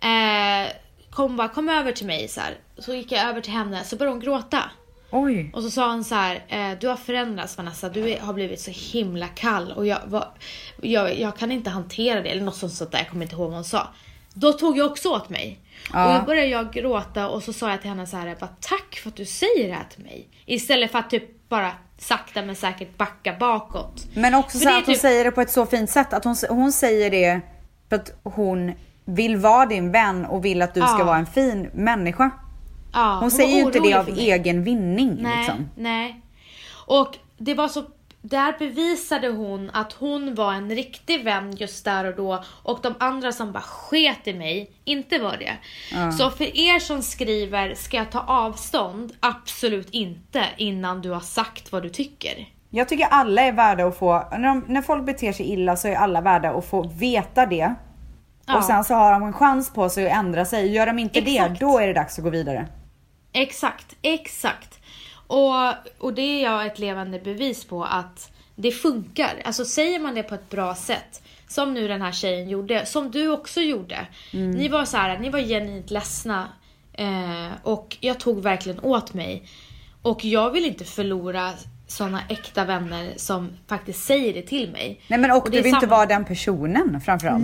Kom över till mig så här. Så gick jag över till henne, så började hon gråta. Oj. Och så sa hon så här: du har förändrats, Vanessa, du har blivit så himla kall. Och jag kan inte hantera det. Eller något sånt där, jag kommer inte ihåg vad hon sa. Då tog jag också åt mig. Och då började jag gråta. Och så sa jag till henne så här: bara, tack för att du säger det här till mig. Istället för att typ bara sakta men säkert backa bakåt. Men också så att hon säger det på ett så fint sätt. Att hon säger det för att hon vill vara din vän och vill att du ska vara en fin människa. Hon säger ju inte det av egen vinning. Nej, liksom. Nej. Och det var så, där bevisade hon att hon var en riktig vän just där och då. Och de andra som bara sket i mig inte var det. Så för er som skriver, ska jag ta avstånd? Absolut inte, innan du har sagt vad du tycker. Jag tycker alla är värda att få, när folk beter sig illa så är alla värda att få veta det. Och sen så har de en chans på sig att ändra sig. Gör de inte det, då är det dags att gå vidare. Exakt. Och det är jag ett levande bevis på att det funkar. Alltså säger man det på ett bra sätt, som nu den här tjejen gjorde, som du också gjorde. Ni var så här, ni var genuint ledsna, och jag tog verkligen åt mig. Och jag vill inte förlora såna äkta vänner som faktiskt säger det till mig. Nej, men och du vill inte vara den personen framförallt.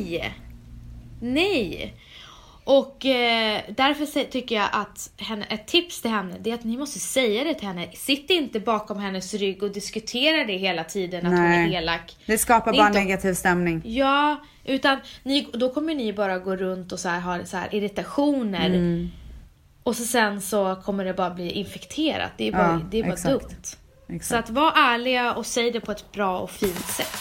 Nej. Och därför tycker jag att ett tips till henne, det är att ni måste säga det till henne. Sitt inte bakom hennes rygg och diskutera det hela tiden, att hon är elak. Det skapar bara negativ stämning. Ja, utan då kommer ni bara gå runt och så här, ha så här irritationer. Och sen så kommer det bara bli infekterat. Det är bara dumt. Exakt. Så att vara ärliga och säg det på ett bra och fint sätt.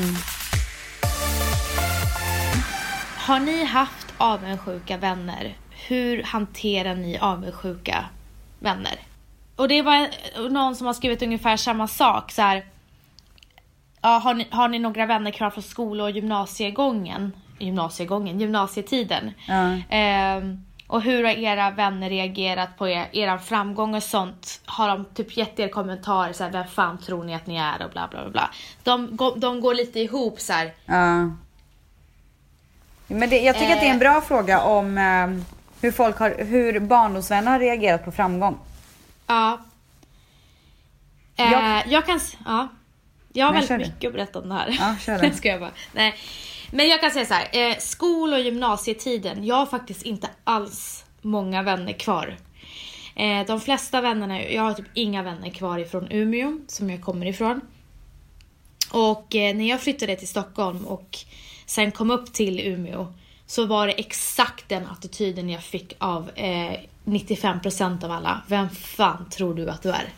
Har ni haft avundsjuka vänner? Hur hanterar ni avundsjuka vänner? Och det var någon som har skrivit ungefär samma sak. Så här, har ni några vänner kvar från skol- och gymnasietiden? Och hur har era vänner reagerat på era framgång och sånt? Har de typ gett er kommentarer så här, vem fan tror ni att ni är och bla bla bla. De går lite ihop så här. Men jag tycker att det är en bra fråga om hur barndomsvänner har reagerat på framgång. Jag har väldigt mycket att berätta om det här. Ja, kör det. Ska jag bara. Nej. Men jag kan säga så här, skol- och gymnasietiden, jag har faktiskt inte alls många vänner kvar. De flesta vännerna, jag har typ inga vänner kvar ifrån Umeå, som jag kommer ifrån. Och när jag flyttade till Stockholm och sen kom upp till Umeå, så var det exakt den attityden jag fick av 95% av alla. Vem fan tror du att du är?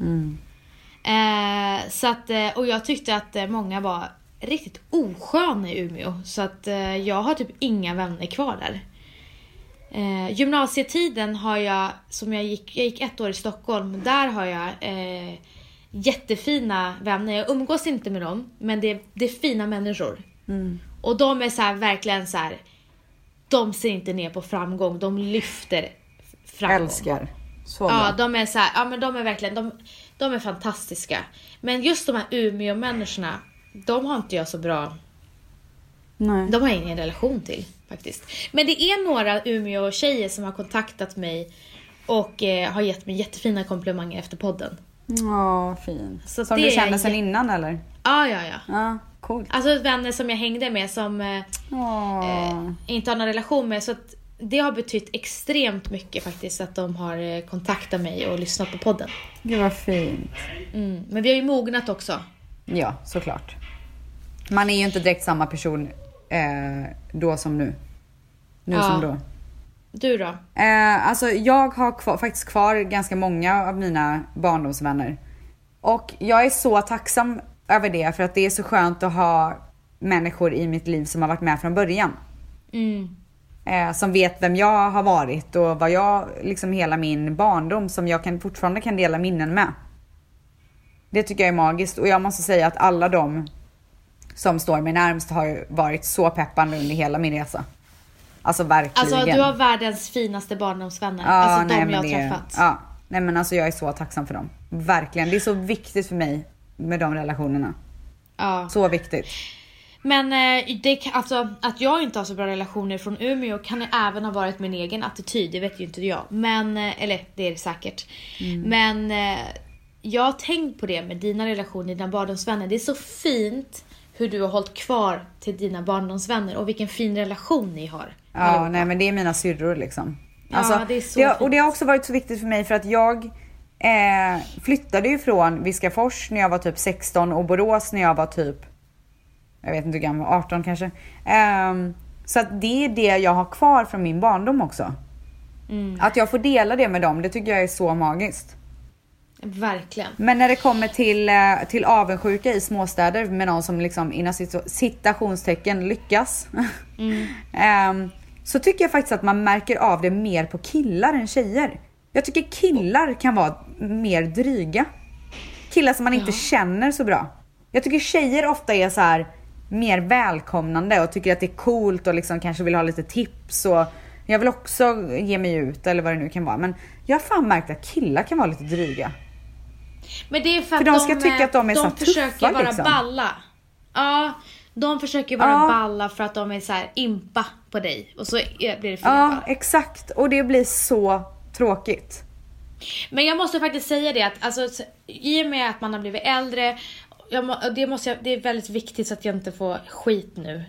Så att, och jag tyckte att många var riktigt osköna i Umeå. Så att jag har typ inga vänner kvar där. Gymnasietiden har jag gick 1 år i Stockholm. Där har jag jättefina vänner. Jag umgås inte med dem, men det är fina människor. Och de är så här, verkligen så här, de ser inte ner på framgång, de lyfter framgång. Älskar. Så bra. De är så här, men de är verkligen de är fantastiska. Men just de här Umeå-människorna, de har inte jag så bra. Nej. De har ingen relation till faktiskt. Men det är några Umeå-tjejer som har kontaktat mig och har gett mig jättefina komplimanger efter podden. Fint. Så som du kände sen innan eller? Ja. Coolt. Alltså vänner som jag hängde med som inte har någon relation med. Så att det har betytt extremt mycket faktiskt att de har kontaktat mig och lyssnat på podden. Det var fint. Men vi har ju mognat också. Ja, såklart. Man är ju inte direkt samma person då som nu. Som då. Du då? Alltså jag har faktiskt kvar ganska många av mina barndomsvänner. Och jag är så tacksam över det, för att det är så skönt att ha människor i mitt liv som har varit med från början. Som vet vem jag har varit och vad jag, liksom hela min barndom, som jag fortfarande kan dela minnen med. Det tycker jag är magiskt, och jag måste säga att alla de som står mig närmast har ju varit så peppande under hela min resa. Alltså verkligen. Alltså du har världens finaste barndomsvänner. Alltså de jag har träffat. Ja, nej men alltså jag är så tacksam för dem. Verkligen, det är så viktigt för mig med de relationerna. Ja. Så viktigt. Men alltså, att jag inte har så bra relationer från Umeå kan även ha varit min egen attityd. Det vet ju inte jag. Men, eller det är det säkert. Men jag har tänkt på det med dina relationer, dina barndomsvänner. Det är så fint hur du har hållit kvar till dina barndomsvänner. Och vilken fin relation ni har. Ja, nej men det är mina syrror liksom. Alltså, ja, det är så och det har också varit så viktigt för mig, för att jag flyttade ju från Viskafors när jag var typ 16 och Borås när jag var typ, jag vet inte hur gammal, 18 kanske. Så att det är det jag har kvar från min barndom också. Att jag får dela det med dem, det tycker jag är så magiskt. Verkligen. Men när det kommer till avundsjuka i småstäder med någon som liksom inom citationstecken lyckas. Så tycker jag faktiskt att man märker av det mer på killar än tjejer. Jag tycker killar kan vara mer dryga. Killar som man inte känner så bra. Jag tycker tjejer ofta är så här mer välkomnande och tycker att det är coolt och liksom kanske vill ha lite tips och jag vill också ge mig ut eller vad det nu kan vara. Men jag har fan märkt att killar kan vara lite dryga. Men det är för att de ska tycka att de är så försöker tuffa, vara liksom. Balla. Ja, de försöker vara balla för att de är så här impa på dig. Och så blir det fel. Ja, exakt. Och det blir så tråkigt. Men jag måste faktiskt säga det att alltså, i och med att man har blivit äldre, det är väldigt viktigt så att jag inte får skit nu.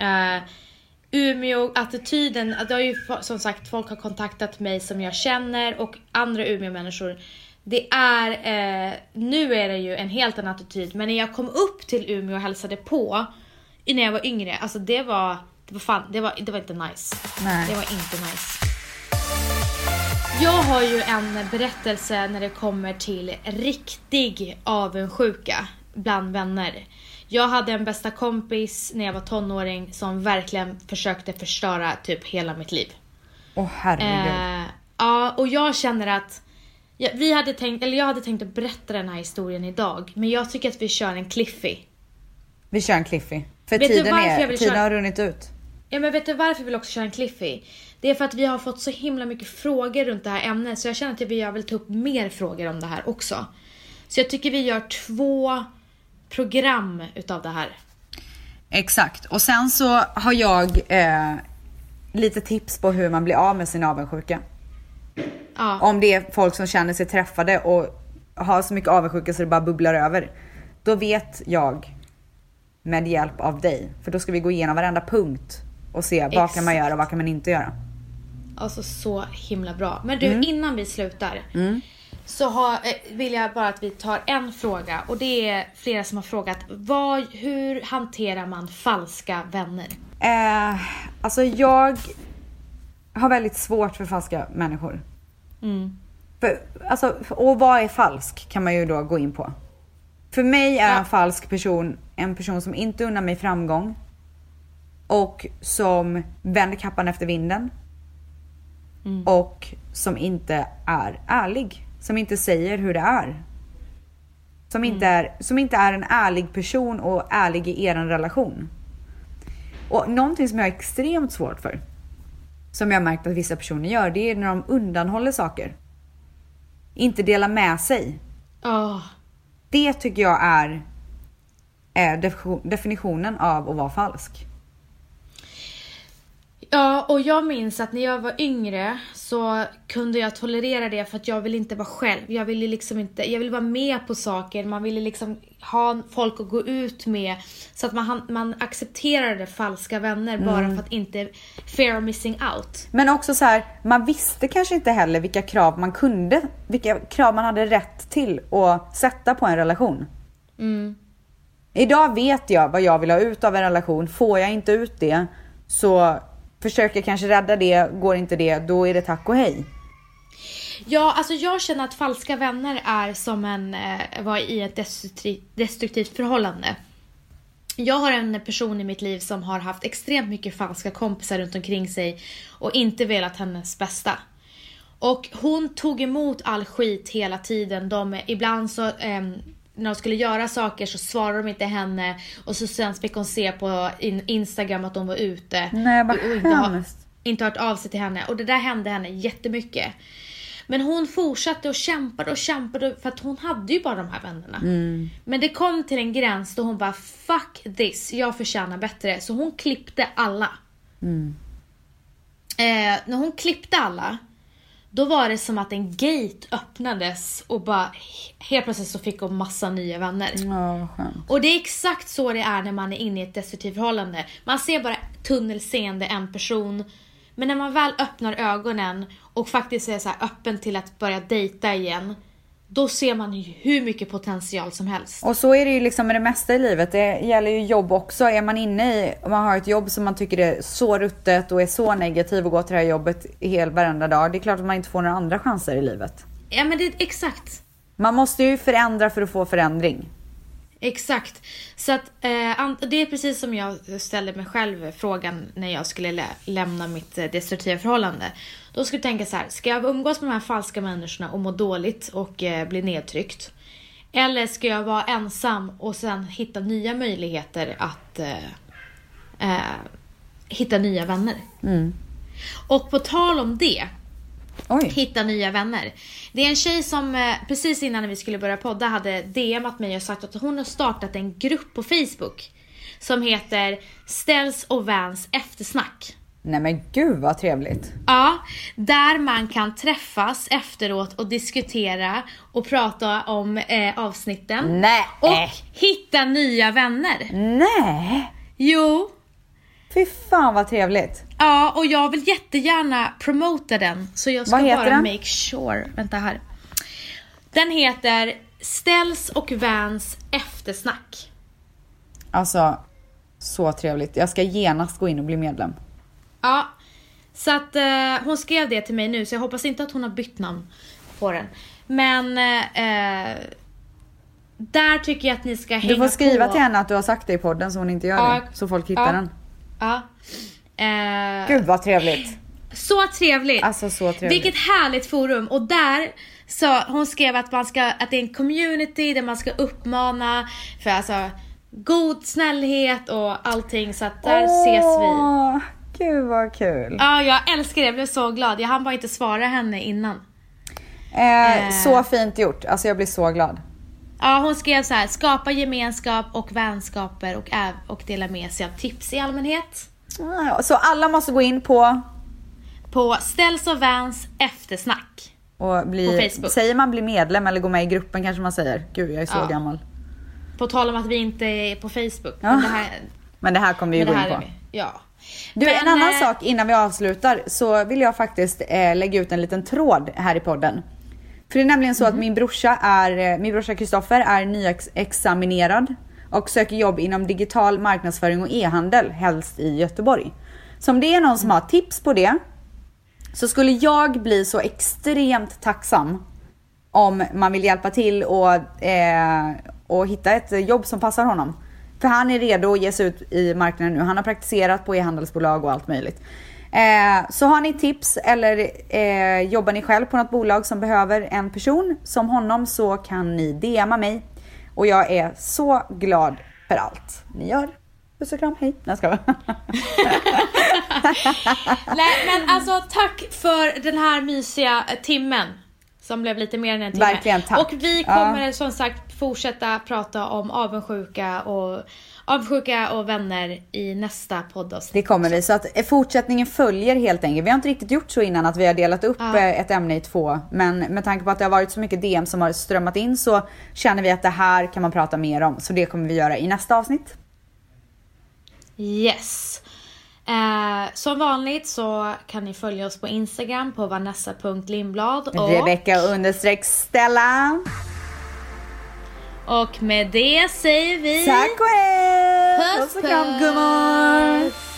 Umeå-attityden, det har ju som sagt, folk har kontaktat mig som jag känner och andra Umeå-människor. Det är, nu är det ju en helt annan attityd. Men när jag kom upp till Umeå och hälsade på när jag var yngre, alltså det var inte nice. Nej. Det var inte nice. Jag har ju en berättelse när det kommer till riktig avundsjuka bland vänner. Jag hade en bästa kompis när jag var tonåring som verkligen försökte förstöra typ hela mitt liv. Herregud. Ja, och jag känner att jag hade tänkt att berätta den här historien idag, men jag tycker att vi kör en Cliffy. Vi kör en Cliffy. För tiden har runnit ut. Ja, men vet du varför vi vill också köra en Cliffy? Det är för att vi har fått så himla mycket frågor runt det här ämnet, så jag känner att jag vill ta upp mer frågor om det här också. Så jag tycker vi gör 2 program utav det här. Exakt. Och sen så har jag lite tips på hur man blir av med sin avundsjuka. Ja. Om det är folk som känner sig träffade och har så mycket avundsjuka så det bara bubblar över. Då vet jag med hjälp av dig. För då ska vi gå igenom varenda punkt och se vad kan man göra och vad kan man inte göra. Alltså så himla bra. Men du, innan vi slutar så vill jag bara att vi tar en fråga. Och det är flera som har frågat, hur hanterar man falska vänner? Alltså jag har väldigt svårt för falska människor. Och vad är falsk kan man ju då gå in på. För mig är en falsk person en person som inte unnar mig framgång och som vänder kappan efter vinden och som inte är ärlig, som inte säger hur det är, som inte är en ärlig person och ärlig i er relation. Och någonting som jag är extremt svårt för, som jag har märkt att vissa personer gör, det är när de undanhåller saker, inte delar med sig. Det tycker jag är definitionen av att vara falsk. Ja, och jag minns att när jag var yngre så kunde jag tolerera det för att jag ville inte vara själv. Jag ville vara med på saker. Man ville liksom ha folk att gå ut med. Så att man accepterade falska vänner bara för att inte fear of missing out. Men också så här, man visste kanske inte heller vilka krav man hade rätt till att sätta på en relation. Idag vet jag vad jag vill ha ut av en relation. Får jag inte ut det så försöker kanske rädda det. Går inte det, då är det tack och hej. Ja, alltså jag känner att falska vänner är som var i ett destruktivt förhållande. Jag har en person i mitt liv som har haft extremt mycket falska kompisar runt omkring sig och inte velat hennes bästa. Och hon tog emot all skit hela tiden. Ibland så när de skulle göra saker så svarade de inte henne. Och så sen fick hon se på Instagram att de var ute. Nej, vad och inte hört av sig till henne. Och det där hände henne jättemycket. Men hon fortsatte och kämpade för att hon hade ju bara de här vännerna. Men det kom till en gräns då hon bara fuck this, jag förtjänar bättre. Så hon klippte alla. När hon klippte alla, då var det som att en gate öppnades och bara helt plötsligt så fick hon massa nya vänner. Och det är exakt så det är när man är inne i ett destruktivt förhållande. Man ser bara tunnelseende en person. Men när man väl öppnar ögonen och faktiskt är så här öppen till att börja dejta igen, då ser man ju hur mycket potential som helst. Och så är det ju liksom med det mesta i livet. Det gäller ju jobb också. Är man inne i, om man har ett jobb som man tycker är så ruttet och är så negativ och går till det här jobbet varenda dag, det är klart att man inte får några andra chanser i livet. Ja, men det är exakt. Man måste ju förändra för att få förändring. Exakt. Så att det är precis som jag ställde mig själv frågan när jag skulle lämna mitt destruktiva förhållande. Då skulle jag tänka så här: ska jag umgås med de här falska människorna och må dåligt och bli nedtryckt? Eller ska jag vara ensam och sen hitta nya möjligheter att hitta nya vänner? Och på tal om det, hitta nya vänner. Det är en tjej som precis innan vi skulle börja podda hade DMat mig och sagt att hon har startat en grupp på Facebook som heter Ställs och Vans eftersnack. Nej men gud vad trevligt. Ja, där man kan träffas efteråt och diskutera och prata om avsnitten. Nej. Och hitta nya vänner. Nej. Jo. Fy fan vad trevligt. Ja, och jag vill jättegärna promota den. Så jag ska bara make sure. Vänta här. Den heter Ställs och Vans eftersnack. Alltså, så trevligt. Jag ska genast gå in och bli medlem. Ja, så att hon skrev det till mig nu. Så jag hoppas inte att hon har bytt namn på den. Men där tycker jag att ni ska hänga på. Du får skriva till henne att du har sagt det i podden så hon inte gör det. Så folk hittar den. Ja. Gud vad trevligt. Så trevligt. Alltså så trevligt. Vilket härligt forum. Och där så hon skrev att att det är en community där man ska uppmana för alltså god snällhet och allting, så att där ses vi. Gud vad kul. Ja, jag älskar det. Jag blev så glad. Jag hann bara inte svara henne innan. Så fint gjort. Alltså jag blir så glad. Ja, hon skrev så här: skapa gemenskap och vänskaper och dela med sig av tips i allmänhet. Så alla måste gå in på Ställs och Vans eftersnack och på Facebook. Säger man bli medlem eller gå med i gruppen kanske man säger. Gud, jag är så gammal. På tal om att vi inte är på Facebook. Ja. Men det här kommer vi ju gå in på. Ja. Du, en annan sak innan vi avslutar, så vill jag faktiskt lägga ut en liten tråd här i podden. För det är nämligen så att min brorsa Kristoffer är nyexaminerad och söker jobb inom digital marknadsföring och e-handel, helst i Göteborg. Så om det är någon som har tips på det, så skulle jag bli så extremt tacksam om man vill hjälpa till och hitta ett jobb som passar honom. För han är redo att ge sig ut i marknaden nu. Han har praktiserat på e-handelsbolag och allt möjligt. Så har ni tips eller jobbar ni själv på något bolag som behöver en person som honom, så kan ni DMa mig. Och jag är så glad för allt ni gör. Puss och kram, hej. Nej, ska jag. Nej, men alltså tack för den här mysiga timmen. Som blev lite mer än en timme. Verkligen, tack. Och vi kommer som sagt fortsätta prata om avundsjuka och vänner i nästa poddavsnitt. Det kommer vi, så att fortsättningen följer helt enkelt. Vi har inte riktigt gjort så innan att vi har delat upp ett ämne i 2. Men med tanke på att det har varit så mycket DM som har strömmat in, så känner vi att det här kan man prata mer om. Så det kommer vi göra i nästa avsnitt. Yes. Som vanligt så kan ni följa oss på Instagram på vanessa.lindblad och Rebecca_Stella. Och med det säger vi tack och hej. puss, puss och kram, gummor.